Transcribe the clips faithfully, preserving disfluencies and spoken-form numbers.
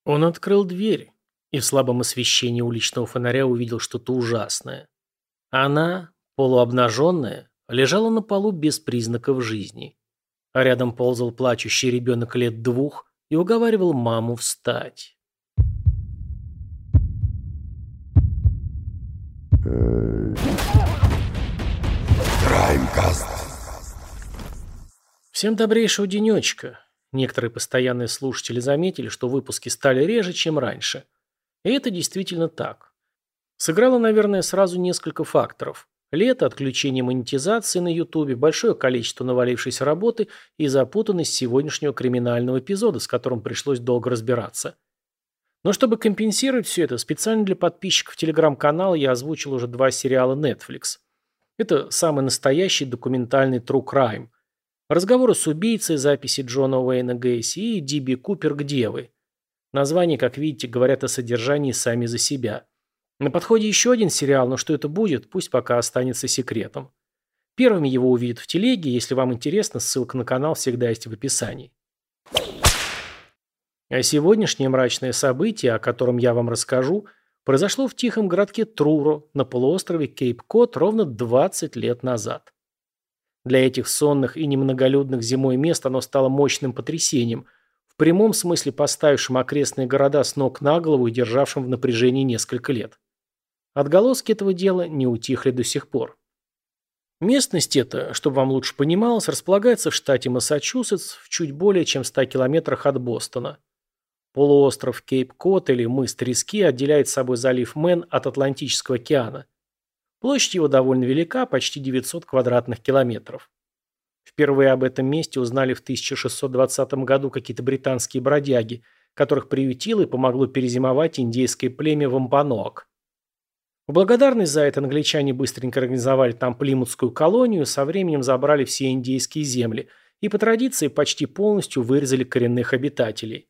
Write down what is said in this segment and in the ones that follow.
Он открыл дверь и в слабом освещении уличного фонаря увидел что-то ужасное. Она, полуобнаженная, лежала на полу без признаков жизни. А рядом ползал плачущий ребенок лет двух и уговаривал маму встать. Краймкаст. Всем добрейшего денечка. Некоторые постоянные слушатели заметили, что выпуски стали реже, чем раньше. И это действительно так. Сыграло, наверное, сразу несколько факторов. Лето, отключение монетизации на Ютубе, большое количество навалившейся работы и запутанность сегодняшнего криминального эпизода, с которым пришлось долго разбираться. Но чтобы компенсировать все это, специально для подписчиков телеграм-канала я озвучил уже два сериала Netflix. Это самый настоящий документальный true crime. Разговоры с убийцей, записи Джона Уэйна Гейси и Ди Би Купер «Где вы?». Названия, как видите, говорят о содержании сами за себя. На подходе еще один сериал, но что это будет, пусть пока останется секретом. Первыми его увидят в телеге, если вам интересно, ссылка на канал всегда есть в описании. А сегодняшнее мрачное событие, о котором я вам расскажу, произошло в тихом городке Труро на полуострове Кейп-Код ровно двадцать лет назад. Для этих сонных и немноголюдных зимой мест оно стало мощным потрясением, в прямом смысле поставившим окрестные города с ног на голову и державшим в напряжении несколько лет. Отголоски этого дела не утихли до сих пор. Местность эта, чтобы вам лучше понималось, располагается в штате Массачусетс в чуть более чем в ста километрах от Бостона. Полуостров Кейп-Код или мыс Трески отделяет собой залив Мэн от Атлантического океана. Площадь его довольно велика, почти девятьсот квадратных километров. Впервые об этом месте узнали в тысяча шестьсот двадцатом году какие-то британские бродяги, которых приютило и помогло перезимовать индейское племя Вампаноак. В благодарность за это англичане быстренько организовали там плимутскую колонию, со временем забрали все индейские земли и по традиции почти полностью вырезали коренных обитателей.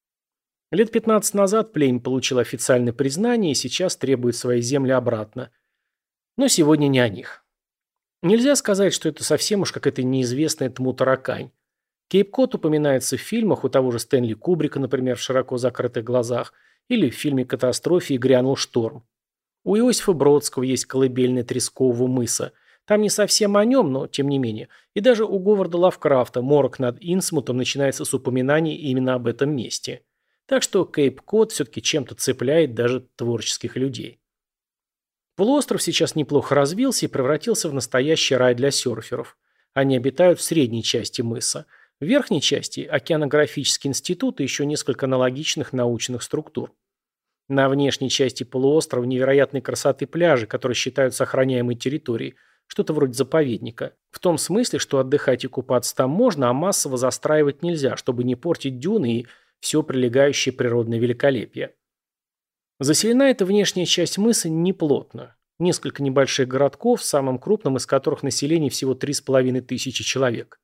Лет пятнадцать назад племя получило официальное признание и сейчас требует свои земли обратно. Но сегодня не о них. Нельзя сказать, что это совсем уж какая-то неизвестная тму-таракань. Кейп-Код упоминается в фильмах у того же Стэнли Кубрика, например, в «Широко закрытых глазах», или в фильме «Катастрофе» и «Грянул шторм». У Иосифа Бродского есть колыбельная Трескового мыса. Там не совсем о нем, но тем не менее. И даже у Говарда Лавкрафта «Морок над Инсмутом» начинается с упоминаний именно об этом месте. Так что Кейп-Код все-таки чем-то цепляет даже творческих людей. Полуостров сейчас неплохо развился и превратился в настоящий рай для серферов. Они обитают в средней части мыса. В верхней части – океанографический институт и еще несколько аналогичных научных структур. На внешней части полуострова невероятной красоты пляжи, которые считаются охраняемой территорией, что-то вроде заповедника. В том смысле, что отдыхать и купаться там можно, а массово застраивать нельзя, чтобы не портить дюны и все прилегающее природное великолепие. Заселена эта внешняя часть мыса неплотно. Несколько небольших городков, самым крупным из которых население всего три с половиной тысячи человек.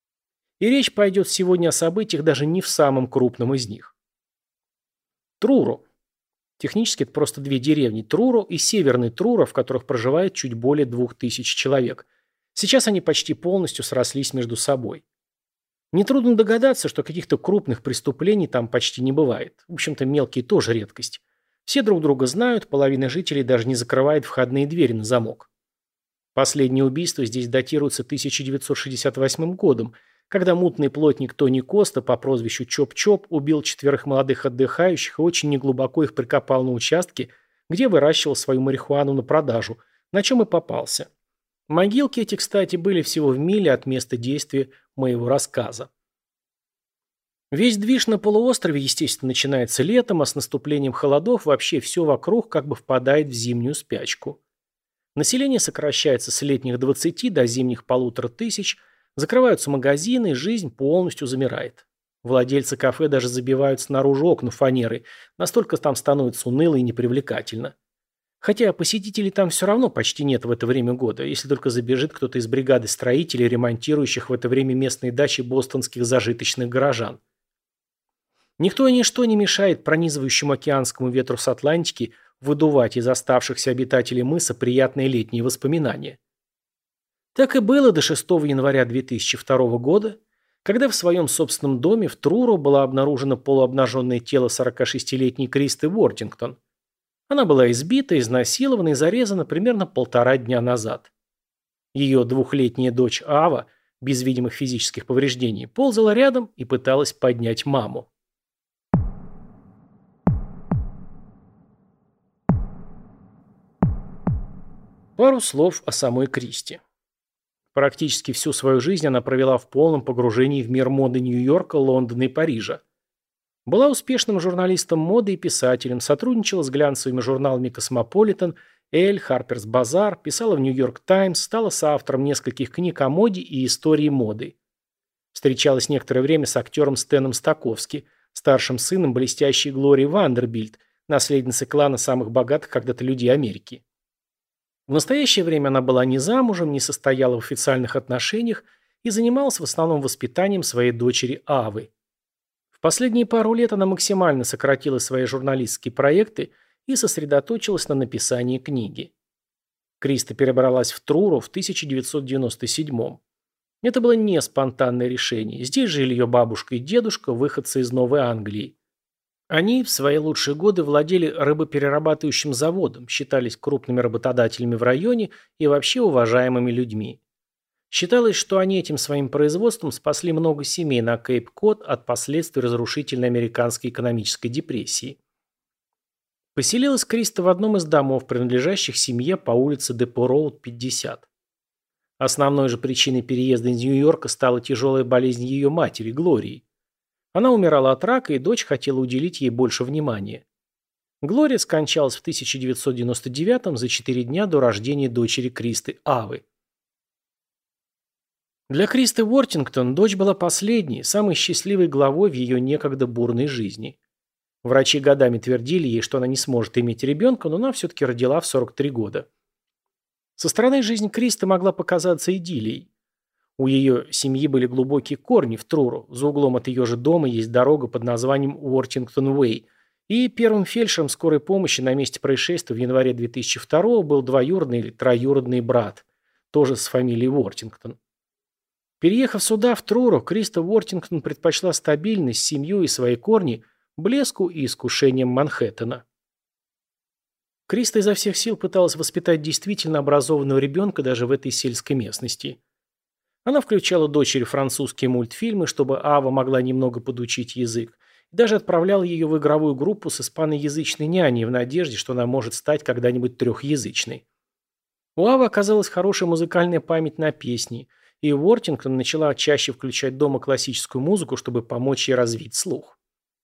И речь пойдет сегодня о событиях даже не в самом крупном из них. Труро. Технически это просто две деревни, Труро и Северный Труро, в которых проживает чуть более двух тысяч человек. Сейчас они почти полностью срослись между собой. Нетрудно догадаться, что каких-то крупных преступлений там почти не бывает. В общем-то, мелкие тоже редкость. Все друг друга знают, половина жителей даже не закрывает входные двери на замок. Последнее убийство здесь датируется тысяча девятьсот шестьдесят восьмым годом, когда мутный плотник Тони Коста по прозвищу Чоп-Чоп убил четверых молодых отдыхающих и очень неглубоко их прикопал на участке, где выращивал свою марихуану на продажу, на чем и попался. Могилки эти, кстати, были всего в миле от места действия моего рассказа. Весь движ на полуострове, естественно, начинается летом, а с наступлением холодов вообще все вокруг как бы впадает в зимнюю спячку. Население сокращается с летних двадцати до зимних полутора тысяч, закрываются магазины, жизнь полностью замирает. Владельцы кафе даже забивают снаружи окна фанерой, настолько там становится уныло и непривлекательно. Хотя посетителей там все равно почти нет в это время года, если только забежит кто-то из бригады строителей, ремонтирующих в это время местные дачи бостонских зажиточных горожан. Никто и ничто не мешает пронизывающему океанскому ветру с Атлантики выдувать из оставшихся обитателей мыса приятные летние воспоминания. Так и было до шестого января две тысячи второго года, когда в своем собственном доме в Труро было обнаружено полуобнаженное тело сорокашестилетней Кристы Уортингтон. Она была избита, изнасилована и зарезана примерно полтора дня назад. Ее двухлетняя дочь Ава, без видимых физических повреждений, ползала рядом и пыталась поднять маму. Пару слов о самой Кристи. Практически всю свою жизнь она провела в полном погружении в мир моды Нью-Йорка, Лондона и Парижа. Была успешным журналистом моды и писателем, сотрудничала с глянцевыми журналами «Космополитен», «Эль», «Харперс Базар», писала в «Нью-Йорк Таймс», стала соавтором нескольких книг о моде и истории моды. Встречалась некоторое время с актером Стэном Стаковски, старшим сыном блестящей Глории Вандербильт, наследницей клана самых богатых когда-то людей Америки. В настоящее время она была не замужем, не состояла в официальных отношениях и занималась в основном воспитанием своей дочери Авы. В последние пару лет она максимально сократила свои журналистские проекты и сосредоточилась на написании книги. Криста перебралась в Труро в тысяча девятьсот девяносто седьмом. Это было не спонтанное решение. Здесь жили ее бабушка и дедушка, выходцы из Новой Англии. Они в свои лучшие годы владели рыбоперерабатывающим заводом, считались крупными работодателями в районе и вообще уважаемыми людьми. Считалось, что они этим своим производством спасли много семей на Кейп-Кот от последствий разрушительной американской экономической депрессии. Поселилась Криста в одном из домов, принадлежащих семье по улице Депо-Роуд, пятьдесят. Основной же причиной переезда из Нью-Йорка стала тяжелая болезнь ее матери, Глории. Она умирала от рака, и дочь хотела уделить ей больше внимания. Глория скончалась в тысяча девятьсот девяносто девятом за четыре дня до рождения дочери Кристы Авы. Для Кристы Уортингтон дочь была последней, самой счастливой главой в ее некогда бурной жизни. Врачи годами твердили ей, что она не сможет иметь ребенка, но она все-таки родила в сорок три года. Со стороны жизнь Кристы могла показаться идиллией. У ее семьи были глубокие корни в Труро, за углом от ее же дома есть дорога под названием Уортингтон-Уэй, и первым фельдшером скорой помощи на месте происшествия в январе две тысячи второго был двоюродный или троюродный брат, тоже с фамилией Уортингтон. Переехав сюда, в Труро, Криста Уортингтон предпочла стабильность, семью и свои корни блеску и искушениям Манхэттена. Криста изо всех сил пыталась воспитать действительно образованного ребенка даже в этой сельской местности. Она включала дочери французские мультфильмы, чтобы Ава могла немного подучить язык, и даже отправляла ее в игровую группу с испаноязычной няней в надежде, что она может стать когда-нибудь трехязычной. У Авы оказалась хорошая музыкальная память на песни, и Уортингтон начала чаще включать дома классическую музыку, чтобы помочь ей развить слух.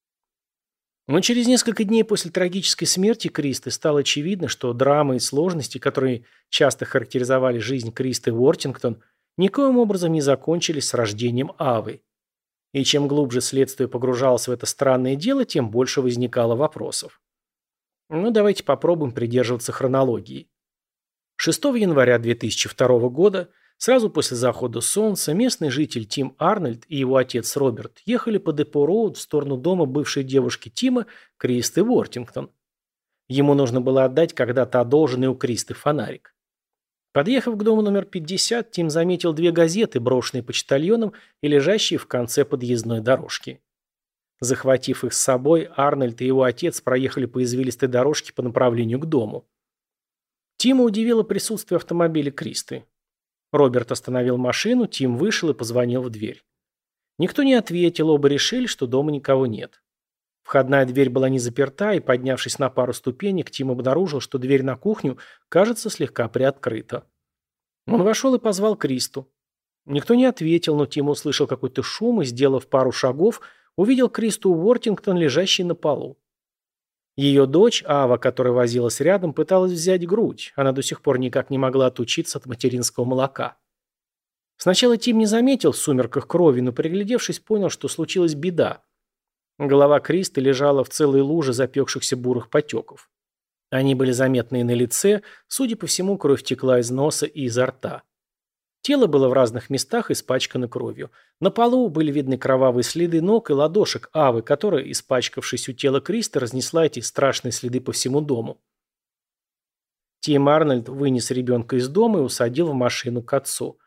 Но через несколько дней после трагической смерти Кристы стало очевидно, что драмы и сложности, которые часто характеризовали жизнь Кристы Уортингтон, никоим образом не закончились с рождением Авы. И чем глубже следствие погружалось в это странное дело, тем больше возникало вопросов. Ну, давайте попробуем придерживаться хронологии. шестого января две тысячи второго года, сразу после захода солнца, местный житель Тим Арнольд и его отец Роберт ехали по Депо-Роуд в сторону дома бывшей девушки Тима, Кристы Уортингтон. Ему нужно было отдать когда-то одолженный у Кристы фонарик. Подъехав к дому номер пятьдесят, Тим заметил две газеты, брошенные почтальоном и лежащие в конце подъездной дорожки. Захватив их с собой, Арнольд и его отец проехали по извилистой дорожке по направлению к дому. Тима удивило присутствие автомобиля Кристы. Роберт остановил машину, Тим вышел и позвонил в дверь. Никто не ответил, оба решили, что дома никого нет. Входная дверь была не заперта, и, поднявшись на пару ступенек, Тим обнаружил, что дверь на кухню, кажется, слегка приоткрыта. Он вошел и позвал Кристу. Никто не ответил, но Тим услышал какой-то шум и, сделав пару шагов, увидел Кристу Уортингтон, лежащей на полу. Ее дочь, Ава, которая возилась рядом, пыталась взять грудь. Она до сих пор никак не могла отучиться от материнского молока. Сначала Тим не заметил в сумерках крови, но, приглядевшись, понял, что случилась беда. Голова Кристы лежала в целой луже запекшихся бурых потеков. Они были заметны и на лице, судя по всему, кровь текла из носа и изо рта. Тело было в разных местах испачкано кровью. На полу были видны кровавые следы ног и ладошек Авы, которая, испачкавшись у тела Кристы, разнесла эти страшные следы по всему дому. Тим Арнольд вынес ребенка из дома и усадил в машину к отцу.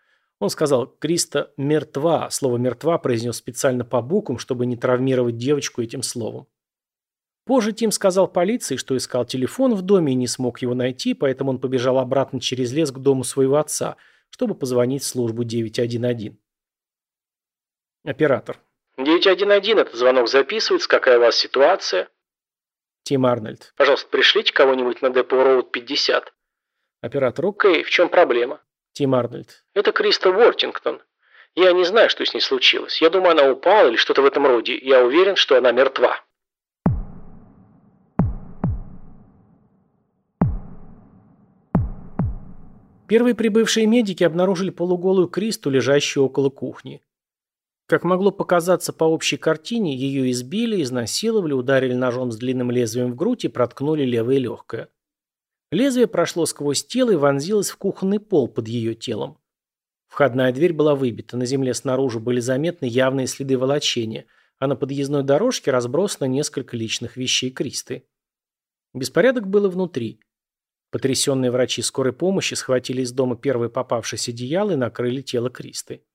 Он сказал «Криста мертва». Слово «мертва» произнес специально по буквам, чтобы не травмировать девочку этим словом. Позже Тим сказал полиции, что искал телефон в доме и не смог его найти, поэтому он побежал обратно через лес к дому своего отца, чтобы позвонить в службу девять один один. Оператор. девять один один, этот звонок записывается. Какая у вас ситуация? Тим Арнольд. Пожалуйста, пришлите кого-нибудь на Депо Роуд пятьдесят. Оператор. Окей, в чем проблема? Тим Арнольд. Это Криста Уортингтон. Я не знаю, что с ней случилось. Я думаю, она упала или что-то в этом роде. Я уверен, что она мертва. Первые прибывшие медики обнаружили полуголую Кристу, лежащую около кухни. Как могло показаться по общей картине, ее избили, изнасиловали, ударили ножом с длинным лезвием в грудь и проткнули левое легкое. Лезвие прошло сквозь тело и вонзилось в кухонный пол под ее телом. Входная дверь была выбита, на земле снаружи были заметны явные следы волочения, а на подъездной дорожке разбросано несколько личных вещей Кристы. Беспорядок был и внутри. Потрясенные врачи скорой помощи схватили из дома первое попавшееся одеяло и накрыли тело Кристы.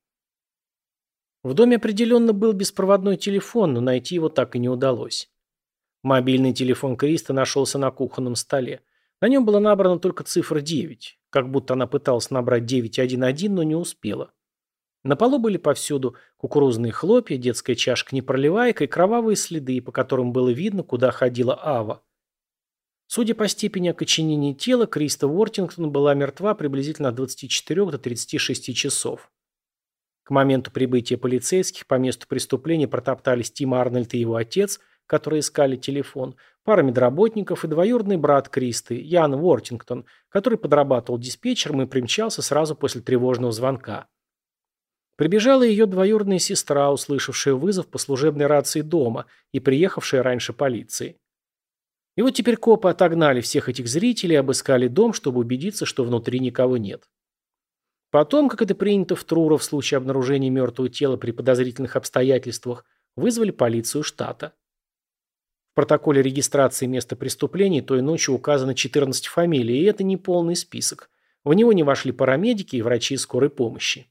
В доме определенно был беспроводной телефон, но найти его так и не удалось. Мобильный телефон Кристы нашелся на кухонном столе. На нем была набрана только цифра девять, как будто она пыталась набрать девять один один, но не успела. На полу были повсюду кукурузные хлопья, детская чашка непроливайка и кровавые следы, по которым было видно, куда ходила Ава. Судя по степени окоченения тела, Криста Уортингтон была мертва приблизительно от двадцати четырёх до тридцати шести часов. К моменту прибытия полицейских по месту преступления протоптались Тим Арнольд и его отец, которые искали телефон, пара медработников и двоюродный брат Кристы, Ян Уортингтон, который подрабатывал диспетчером и примчался сразу после тревожного звонка. Прибежала ее двоюродная сестра, услышавшая вызов по служебной рации дома и приехавшая раньше полиции. И вот теперь копы отогнали всех этих зрителей и обыскали дом, чтобы убедиться, что внутри никого нет. Потом, как это принято в Труро в случае обнаружения мертвого тела при подозрительных обстоятельствах, вызвали полицию штата. В протоколе регистрации места преступления той ночью указано четырнадцать фамилий, и это не полный список. В него не вошли парамедики и врачи скорой помощи.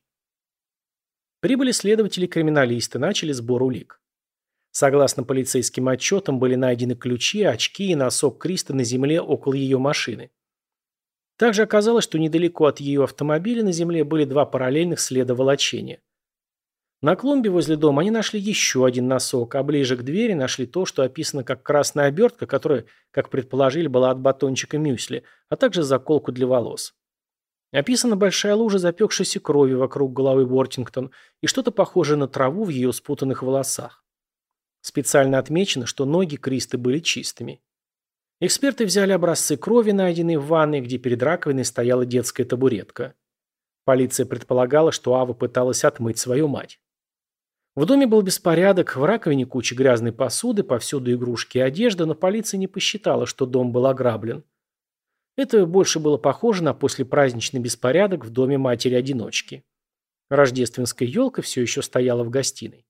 Прибыли следователи-криминалисты, начали сбор улик. Согласно полицейским отчетам, были найдены ключи, очки и носок Кристы на земле около ее машины. Также оказалось, что недалеко от ее автомобиля на земле были два параллельных следа волочения. На клумбе возле дома они нашли еще один носок, а ближе к двери нашли то, что описано как красная обертка, которая, как предположили, была от батончика мюсли, а также заколку для волос. Описана большая лужа запекшейся крови вокруг головы Уортингтон и что-то похожее на траву в ее спутанных волосах. Специально отмечено, что ноги Кристы были чистыми. Эксперты взяли образцы крови, найденные в ванной, где перед раковиной стояла детская табуретка. Полиция предполагала, что Ава пыталась отмыть свою мать. В доме был беспорядок, в раковине куча грязной посуды, повсюду игрушки и одежда, но полиция не посчитала, что дом был ограблен. Это больше было похоже на послепраздничный беспорядок в доме матери-одиночки. Рождественская елка все еще стояла в гостиной.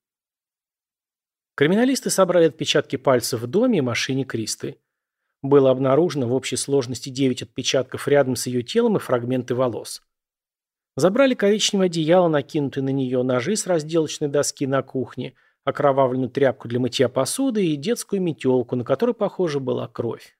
Криминалисты собрали отпечатки пальцев в доме и машине Кристы. Было обнаружено в общей сложности девять отпечатков рядом с ее телом и фрагменты волос. Забрали коричневое одеяло, накинутые на нее, ножи с разделочной доски на кухне, окровавленную тряпку для мытья посуды и детскую метелку, на которой, похоже, была кровь.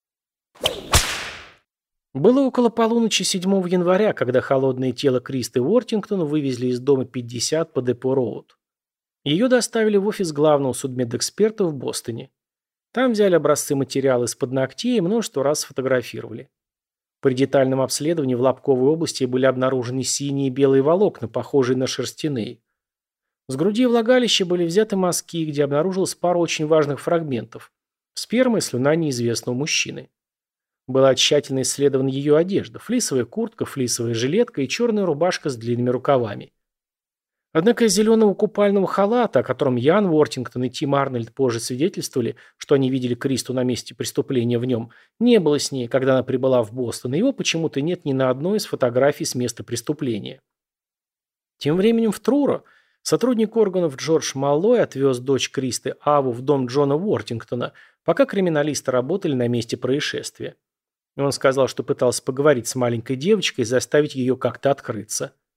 Было около полуночи седьмого января, когда холодное тело Кристы Уортингтон вывезли из дома пятьдесят по Депо Роуд. Ее доставили в офис главного судмедэксперта в Бостоне. Там взяли образцы материала из-под ногтей и множество раз сфотографировали. При детальном обследовании в лобковой области были обнаружены синие и белые волокна, похожие на шерстяные. С груди и влагалища были взяты мазки, где обнаружилась пара очень важных фрагментов – сперма и слюна неизвестного мужчины. Была тщательно исследована ее одежда – флисовая куртка, флисовая жилетка и черная рубашка с длинными рукавами. Однако из зеленого купального халата, о котором Ян Уортингтон и Тим Арнольд позже свидетельствовали, что они видели Кристу на месте преступления в нем, не было с ней, когда она прибыла в Бостон, и его почему-то нет ни на одной из фотографий с места преступления. Тем временем в Труро сотрудник органов Джордж Маллой отвез дочь Кристы Аву в дом Джона Уортингтона, пока криминалисты работали на месте происшествия. Он сказал, что пытался поговорить с маленькой девочкой и заставить ее как-то открыться.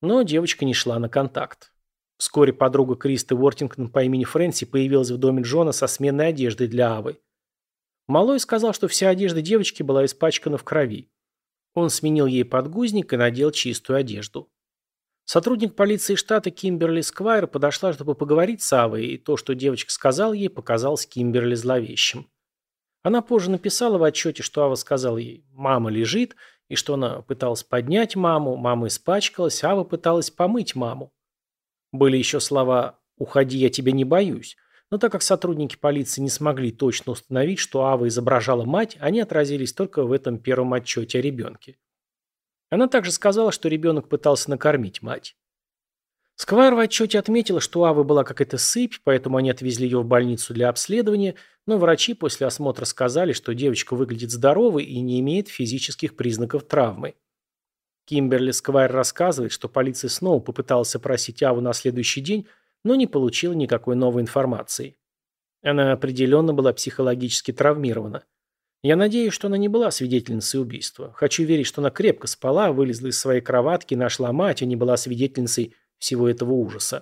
Но девочка не шла на контакт. Вскоре подруга Кристы Уортингтон по имени Фрэнси появилась в доме Джона со сменной одеждой для Авы. Малой сказал, что вся одежда девочки была испачкана в крови. Он сменил ей подгузник и надел чистую одежду. Сотрудник полиции штата Кимберли Сквайр подошла, чтобы поговорить с Авой, и то, что девочка сказала ей, показалось Кимберли зловещим. Она позже написала в отчете, что Ава сказала ей «мама лежит», и что она пыталась поднять маму, мама испачкалась, Ава пыталась помыть маму. Были еще слова «уходи, я тебя не боюсь», но так как сотрудники полиции не смогли точно установить, что Ава изображала мать, они отразились только в этом первом отчете о ребенке. Она также сказала, что ребенок пытался накормить мать. Сквайр в отчете отметила, что у Авы была какая-то сыпь, поэтому они отвезли ее в больницу для обследования, но врачи после осмотра сказали, что девочка выглядит здоровой и не имеет физических признаков травмы. Кимберли Сквайр рассказывает, что полиция снова попыталась опросить Аву на следующий день, но не получила никакой новой информации. Она определенно была психологически травмирована. Я надеюсь, что она не была свидетельницей убийства. Хочу верить, что она крепко спала, вылезла из своей кроватки, нашла мать, а не была свидетельницей всего этого ужаса.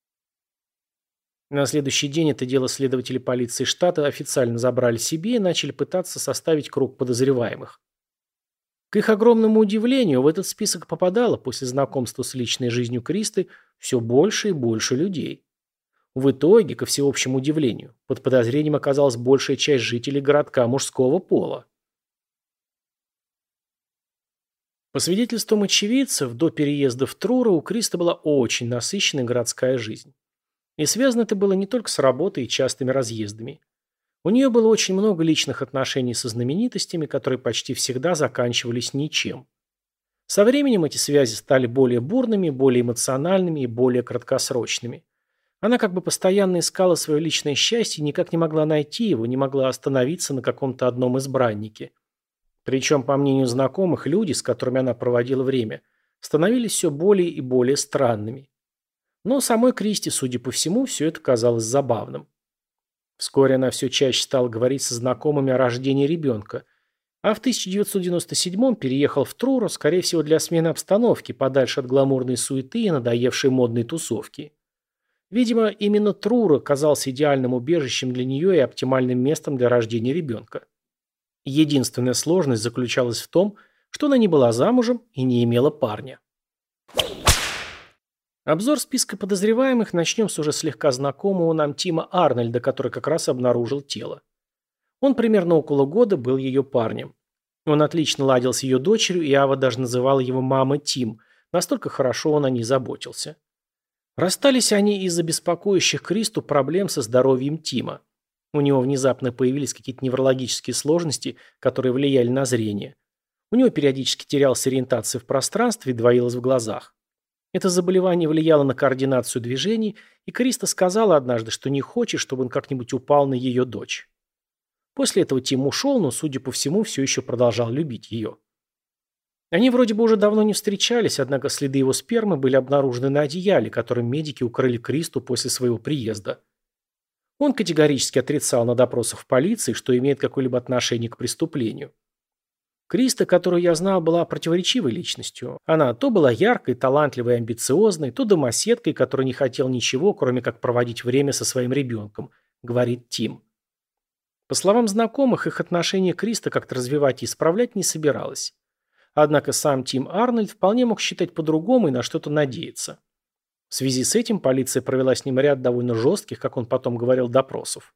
На следующий день это дело следователи полиции штата официально забрали себе и начали пытаться составить круг подозреваемых. К их огромному удивлению, в этот список попадало после знакомства с личной жизнью Кристы все больше и больше людей. В итоге, ко всеобщему удивлению, под подозрением оказалась большая часть жителей городка мужского пола. По свидетельствам очевидцев, до переезда в Труро у Кристы была очень насыщенная городская жизнь. И связано это было не только с работой и частыми разъездами. У нее было очень много личных отношений со знаменитостями, которые почти всегда заканчивались ничем. Со временем эти связи стали более бурными, более эмоциональными и более краткосрочными. Она как бы постоянно искала свое личное счастье и никак не могла найти его, не могла остановиться на каком-то одном избраннике. Причем, по мнению знакомых, люди, с которыми она проводила время, становились все более и более странными. Но самой Кристи, судя по всему, все это казалось забавным. Вскоре она все чаще стала говорить со знакомыми о рождении ребенка, а в тысяча девятьсот девяносто седьмом переехал в Труро, скорее всего, для смены обстановки, подальше от гламурной суеты и надоевшей модной тусовки. Видимо, именно Труро казался идеальным убежищем для нее и оптимальным местом для рождения ребенка. Единственная сложность заключалась в том, что она не была замужем и не имела парня. Обзор списка подозреваемых начнем с уже слегка знакомого нам Тима Арнольда, который как раз обнаружил тело. Он примерно около года был ее парнем. Он отлично ладил с ее дочерью, и Ава даже называла его «мама Тим», настолько хорошо он о ней заботился. Расстались они из-за беспокоящих Кристу проблем со здоровьем Тима. У него внезапно появились какие-то неврологические сложности, которые влияли на зрение. У него периодически терялась ориентация в пространстве и двоилась в глазах. Это заболевание влияло на координацию движений, и Криста сказала однажды, что не хочет, чтобы он как-нибудь упал на ее дочь. После этого Тим ушел, но, судя по всему, все еще продолжал любить ее. Они вроде бы уже давно не встречались, однако следы его спермы были обнаружены на одеяле, которым медики укрыли Кристу после своего приезда. Он категорически отрицал на допросах в полиции, что имеет какое-либо отношение к преступлению. Криста, которую я знал, была противоречивой личностью. Она то была яркой, талантливой и амбициозной, то домоседкой, которая не хотела ничего, кроме как проводить время со своим ребенком, говорит Тим. По словам знакомых, их отношения Криста как-то развивать и исправлять не собиралась. Однако сам Тим Арнольд вполне мог считать по-другому и на что-то надеяться. В связи с этим полиция провела с ним ряд довольно жестких, как он потом говорил, допросов.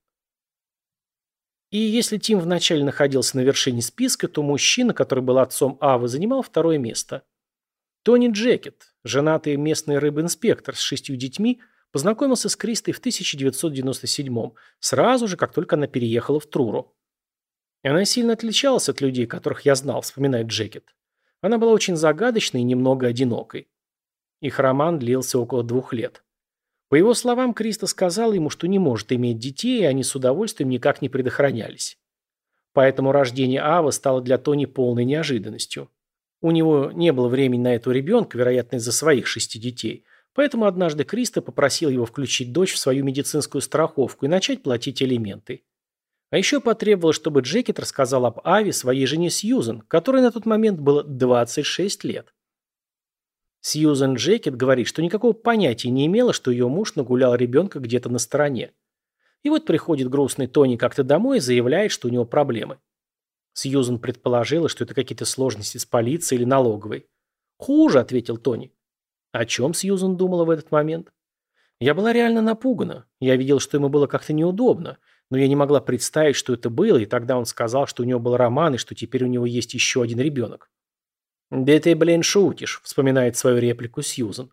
И если Тим вначале находился на вершине списка, то мужчина, который был отцом Авы, занимал второе место. Тони Джекет, женатый местный рыбинспектор с шестью детьми, познакомился с Кристой в тысяча девятьсот девяносто седьмом, сразу же, как только она переехала в Труро. Она сильно отличалась от людей, которых я знал, вспоминает Джекет. Она была очень загадочной и немного одинокой. Их роман длился около двух лет. По его словам, Криста сказала ему, что не может иметь детей, и они с удовольствием никак не предохранялись. Поэтому рождение Авы стало для Тони полной неожиданностью. У него не было времени на этого ребенка, вероятно, из-за своих шести детей, поэтому однажды Криста попросил его включить дочь в свою медицинскую страховку и начать платить алименты. А еще потребовал, чтобы Джекет рассказал об Аве своей жене Сьюзен, которой на тот момент было двадцать шесть лет. Сьюзен Джекет говорит, что никакого понятия не имела, что ее муж нагулял ребенка где-то на стороне. И вот приходит грустный Тони как-то домой и заявляет, что у него проблемы. Сьюзен предположила, что это какие-то сложности с полицией или налоговой. «Хуже», — ответил Тони. О чем Сьюзен думала в этот момент? Я была реально напугана. Я видел, что ему было как-то неудобно, но я не могла представить, что это было, и тогда он сказал, что у него был роман и что теперь у него есть еще один ребенок. «Да ты, блин, шутишь», — вспоминает свою реплику Сьюзен.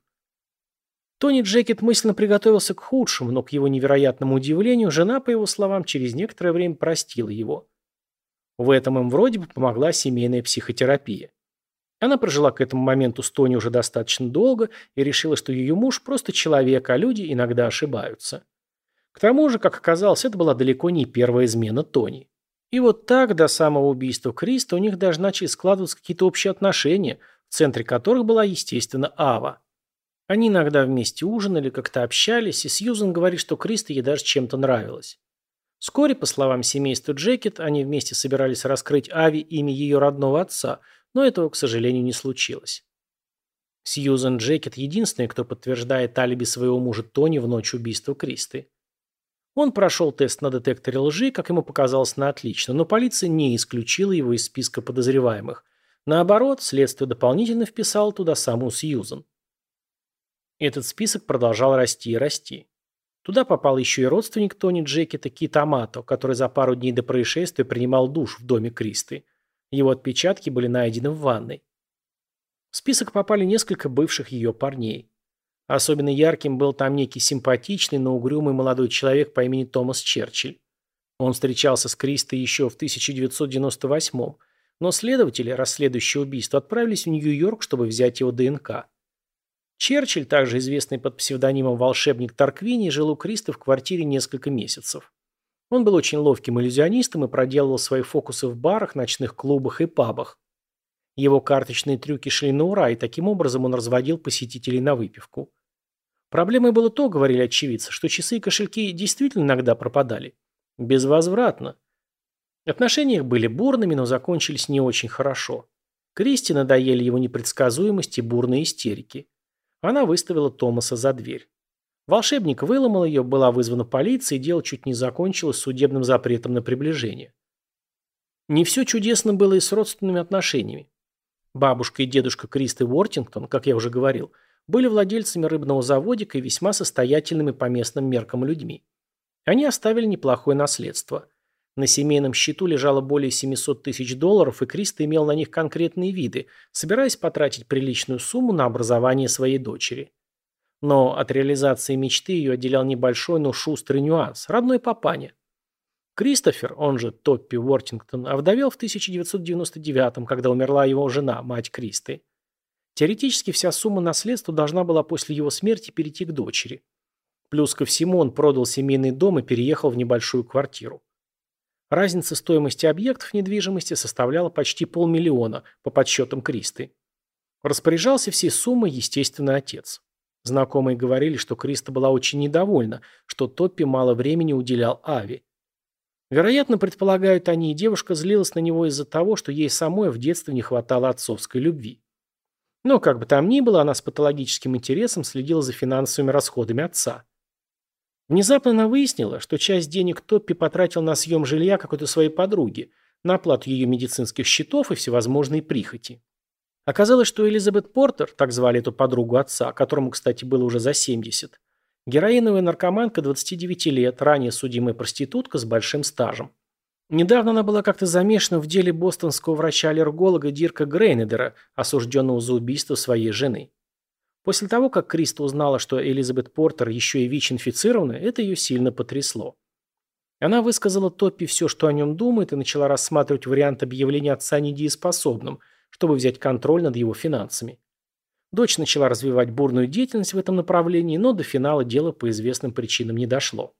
Тони Джекет мысленно приготовился к худшему, но к его невероятному удивлению жена, по его словам, через некоторое время простила его. В этом им вроде бы помогла семейная психотерапия. Она прожила к этому моменту с Тони уже достаточно долго и решила, что ее муж просто человек, а люди иногда ошибаются. К тому же, как оказалось, это была далеко не первая измена Тони. И вот так, до самого убийства Криста, у них даже начали складываться какие-то общие отношения, в центре которых была, естественно, Ава. Они иногда вместе ужинали, как-то общались, и Сьюзен говорит, что Криста ей даже чем-то нравилось. Вскоре, по словам семейства Джекет, они вместе собирались раскрыть Аве имя ее родного отца, но этого, к сожалению, не случилось. Сьюзен Джекет единственная, кто подтверждает алиби своего мужа Тони в ночь убийства Кристы. Он прошел тест на детекторе лжи, как ему показалось, на отлично, но полиция не исключила его из списка подозреваемых. Наоборот, следствие дополнительно вписало туда саму Сьюзен. Этот список продолжал расти и расти. Туда попал еще и родственник Тони Джекета Кит Амато, который за пару дней до происшествия принимал душ в доме Кристы. Его отпечатки были найдены в ванной. В список попали несколько бывших ее парней. Особенно ярким был там некий симпатичный, но угрюмый молодой человек по имени Томас Черчилль. Он встречался с Кристой еще в тысяча девятьсот девяносто восьмом, но следователи, расследующие убийство, отправились в Нью-Йорк, чтобы взять его ДНК. Черчилль, также известный под псевдонимом «Волшебник Тарквини», жил у Кристы в квартире несколько месяцев. Он был очень ловким иллюзионистом и проделывал свои фокусы в барах, ночных клубах и пабах. Его карточные трюки шли на ура, и таким образом он разводил посетителей на выпивку. Проблемой было то, говорили очевидцы, что часы и кошельки действительно иногда пропадали. Безвозвратно. Отношения их были бурными, но закончились не очень хорошо. Кристи надоели его непредсказуемость и бурные истерики. Она выставила Томаса за дверь. Волшебник выломал ее, была вызвана полиция, и дело чуть не закончилось судебным запретом на приближение. Не все чудесно было и с родственными отношениями. Бабушка и дедушка Кристы Уортингтон, как я уже говорил, были владельцами рыбного заводика и весьма состоятельными по местным меркам людьми. Они оставили неплохое наследство. На семейном счету лежало более семисот тысяч долларов, и Криста имел на них конкретные виды, собираясь потратить приличную сумму на образование своей дочери. Но от реализации мечты ее отделял небольшой, но шустрый нюанс – родной папаня. Кристофер, он же Топпи Уортингтон, овдовел в тысяча девятьсот девяносто девятом, когда умерла его жена, мать Кристы. Теоретически вся сумма наследства должна была после его смерти перейти к дочери. Плюс ко всему он продал семейный дом и переехал в небольшую квартиру. Разница стоимости объектов недвижимости составляла почти полмиллиона по подсчетам Кристы. Распоряжался всей суммой, естественно, отец. Знакомые говорили, что Криста была очень недовольна, что Топпи мало времени уделял Аве. Вероятно, предполагают они, и девушка злилась на него из-за того, что ей самой в детстве не хватало отцовской любви. Но, как бы там ни было, она с патологическим интересом следила за финансовыми расходами отца. Внезапно она выяснила, что часть денег Топпи потратил на съем жилья какой-то своей подруги, на оплату ее медицинских счетов и всевозможные прихоти. Оказалось, что Элизабет Портер, так звали эту подругу отца, которому, кстати, было уже за семьдесят, героиновая наркоманка двадцати девяти лет, ранее судимая проститутка с большим стажем. Недавно она была как-то замешана в деле бостонского врача-аллерголога Дирка Грейнедера, осужденного за убийство своей жены. После того, как Криста узнала, что Элизабет Портер еще и ВИЧ-инфицирована, это ее сильно потрясло. Она высказала Топпи все, что о нем думает, и начала рассматривать вариант объявления отца недееспособным, чтобы взять контроль над его финансами. Дочь начала развивать бурную деятельность в этом направлении, но до финала дело по известным причинам не дошло.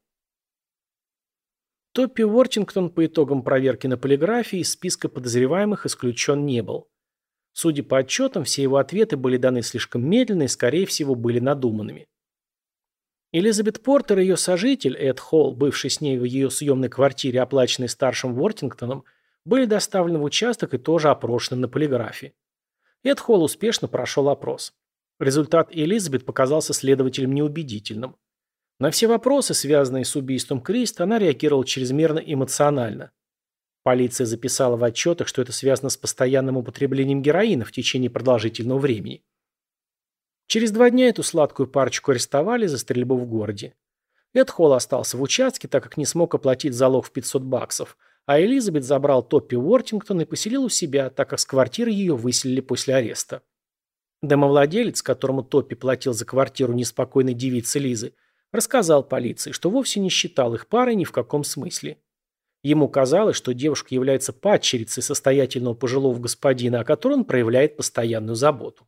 Топпи Уортингтон по итогам проверки на полиграфии из списка подозреваемых исключен не был. Судя по отчетам, все его ответы были даны слишком медленно и, скорее всего, были надуманными. Элизабет Портер и ее сожитель, Эд Холл, бывший с ней в ее съемной квартире, оплаченной старшим Уортингтоном, были доставлены в участок и тоже опрошены на полиграфе. Эд Холл успешно прошел опрос. Результат Элизабет показался следователям неубедительным. На все вопросы, связанные с убийством Криста, она реагировала чрезмерно эмоционально. Полиция записала в отчетах, что это связано с постоянным употреблением героина в течение продолжительного времени. Через два дня эту сладкую парочку арестовали за стрельбу в городе. Эд Холл остался в участке, так как не смог оплатить залог в пятьсот баксов, а Элизабет забрал Топпи Уортингтон и поселил у себя, так как с квартиры ее выселили после ареста. Домовладелец, которому Топпи платил за квартиру неспокойной девицы Лизы, рассказал полиции, что вовсе не считал их парой ни в каком смысле. Ему казалось, что девушка является падчерицей состоятельного пожилого господина, о котором он проявляет постоянную заботу.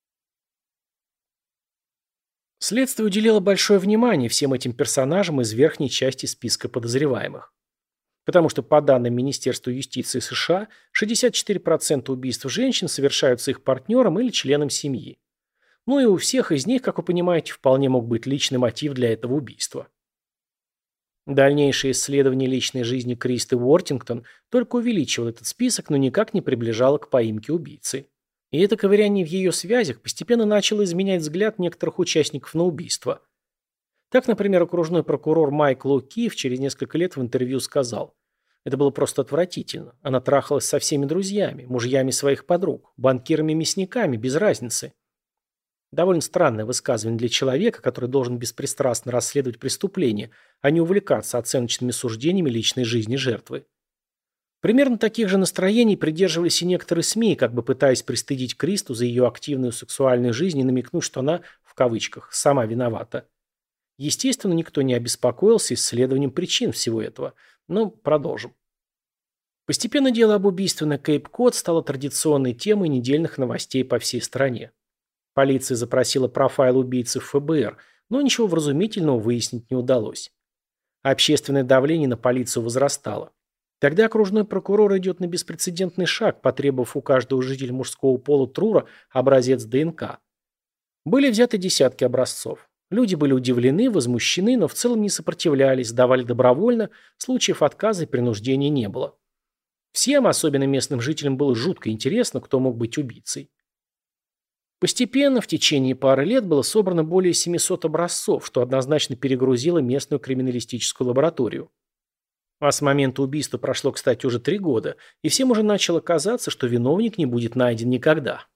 Следствие уделило большое внимание всем этим персонажам из верхней части списка подозреваемых. Потому что, по данным Министерства юстиции США, шестьдесят четыре процента убийств женщин совершаются их партнером или членом семьи. Ну и у всех из них, как вы понимаете, вполне мог быть личный мотив для этого убийства. Дальнейшее исследование личной жизни Кристи Уортингтон только увеличивало этот список, но никак не приближало к поимке убийцы. И это ковыряние в ее связях постепенно начало изменять взгляд некоторых участников на убийство. Так, например, окружной прокурор Майкл О'Кифф через несколько лет в интервью сказал: «Это было просто отвратительно. Она трахалась со всеми друзьями, мужьями своих подруг, банкирами-мясниками, без разницы». Довольно странное высказывание для человека, который должен беспристрастно расследовать преступления, а не увлекаться оценочными суждениями личной жизни жертвы. Примерно таких же настроений придерживались и некоторые СМИ, как бы пытаясь пристыдить Кристу за ее активную сексуальную жизнь и намекнуть, что она, в кавычках, сама виновата. Естественно, никто не обеспокоился исследованием причин всего этого. Но продолжим. Постепенно дело об убийстве на Кейп-Код стало традиционной темой недельных новостей по всей стране. Полиция запросила профайл убийцы в эф бэ эр, но ничего вразумительного выяснить не удалось. Общественное давление на полицию возрастало. Тогда окружной прокурор идет на беспрецедентный шаг, потребовав у каждого жителя мужского пола Трура образец дэ эн ка. Были взяты десятки образцов. Люди были удивлены, возмущены, но в целом не сопротивлялись, сдавали добровольно, случаев отказа и принуждения не было. Всем, особенно местным жителям, было жутко интересно, кто мог быть убийцей. Постепенно, в течение пары лет, было собрано более семисот образцов, что однозначно перегрузило местную криминалистическую лабораторию. А с момента убийства прошло, кстати, уже три года, и всем уже начало казаться, что виновник не будет найден никогда.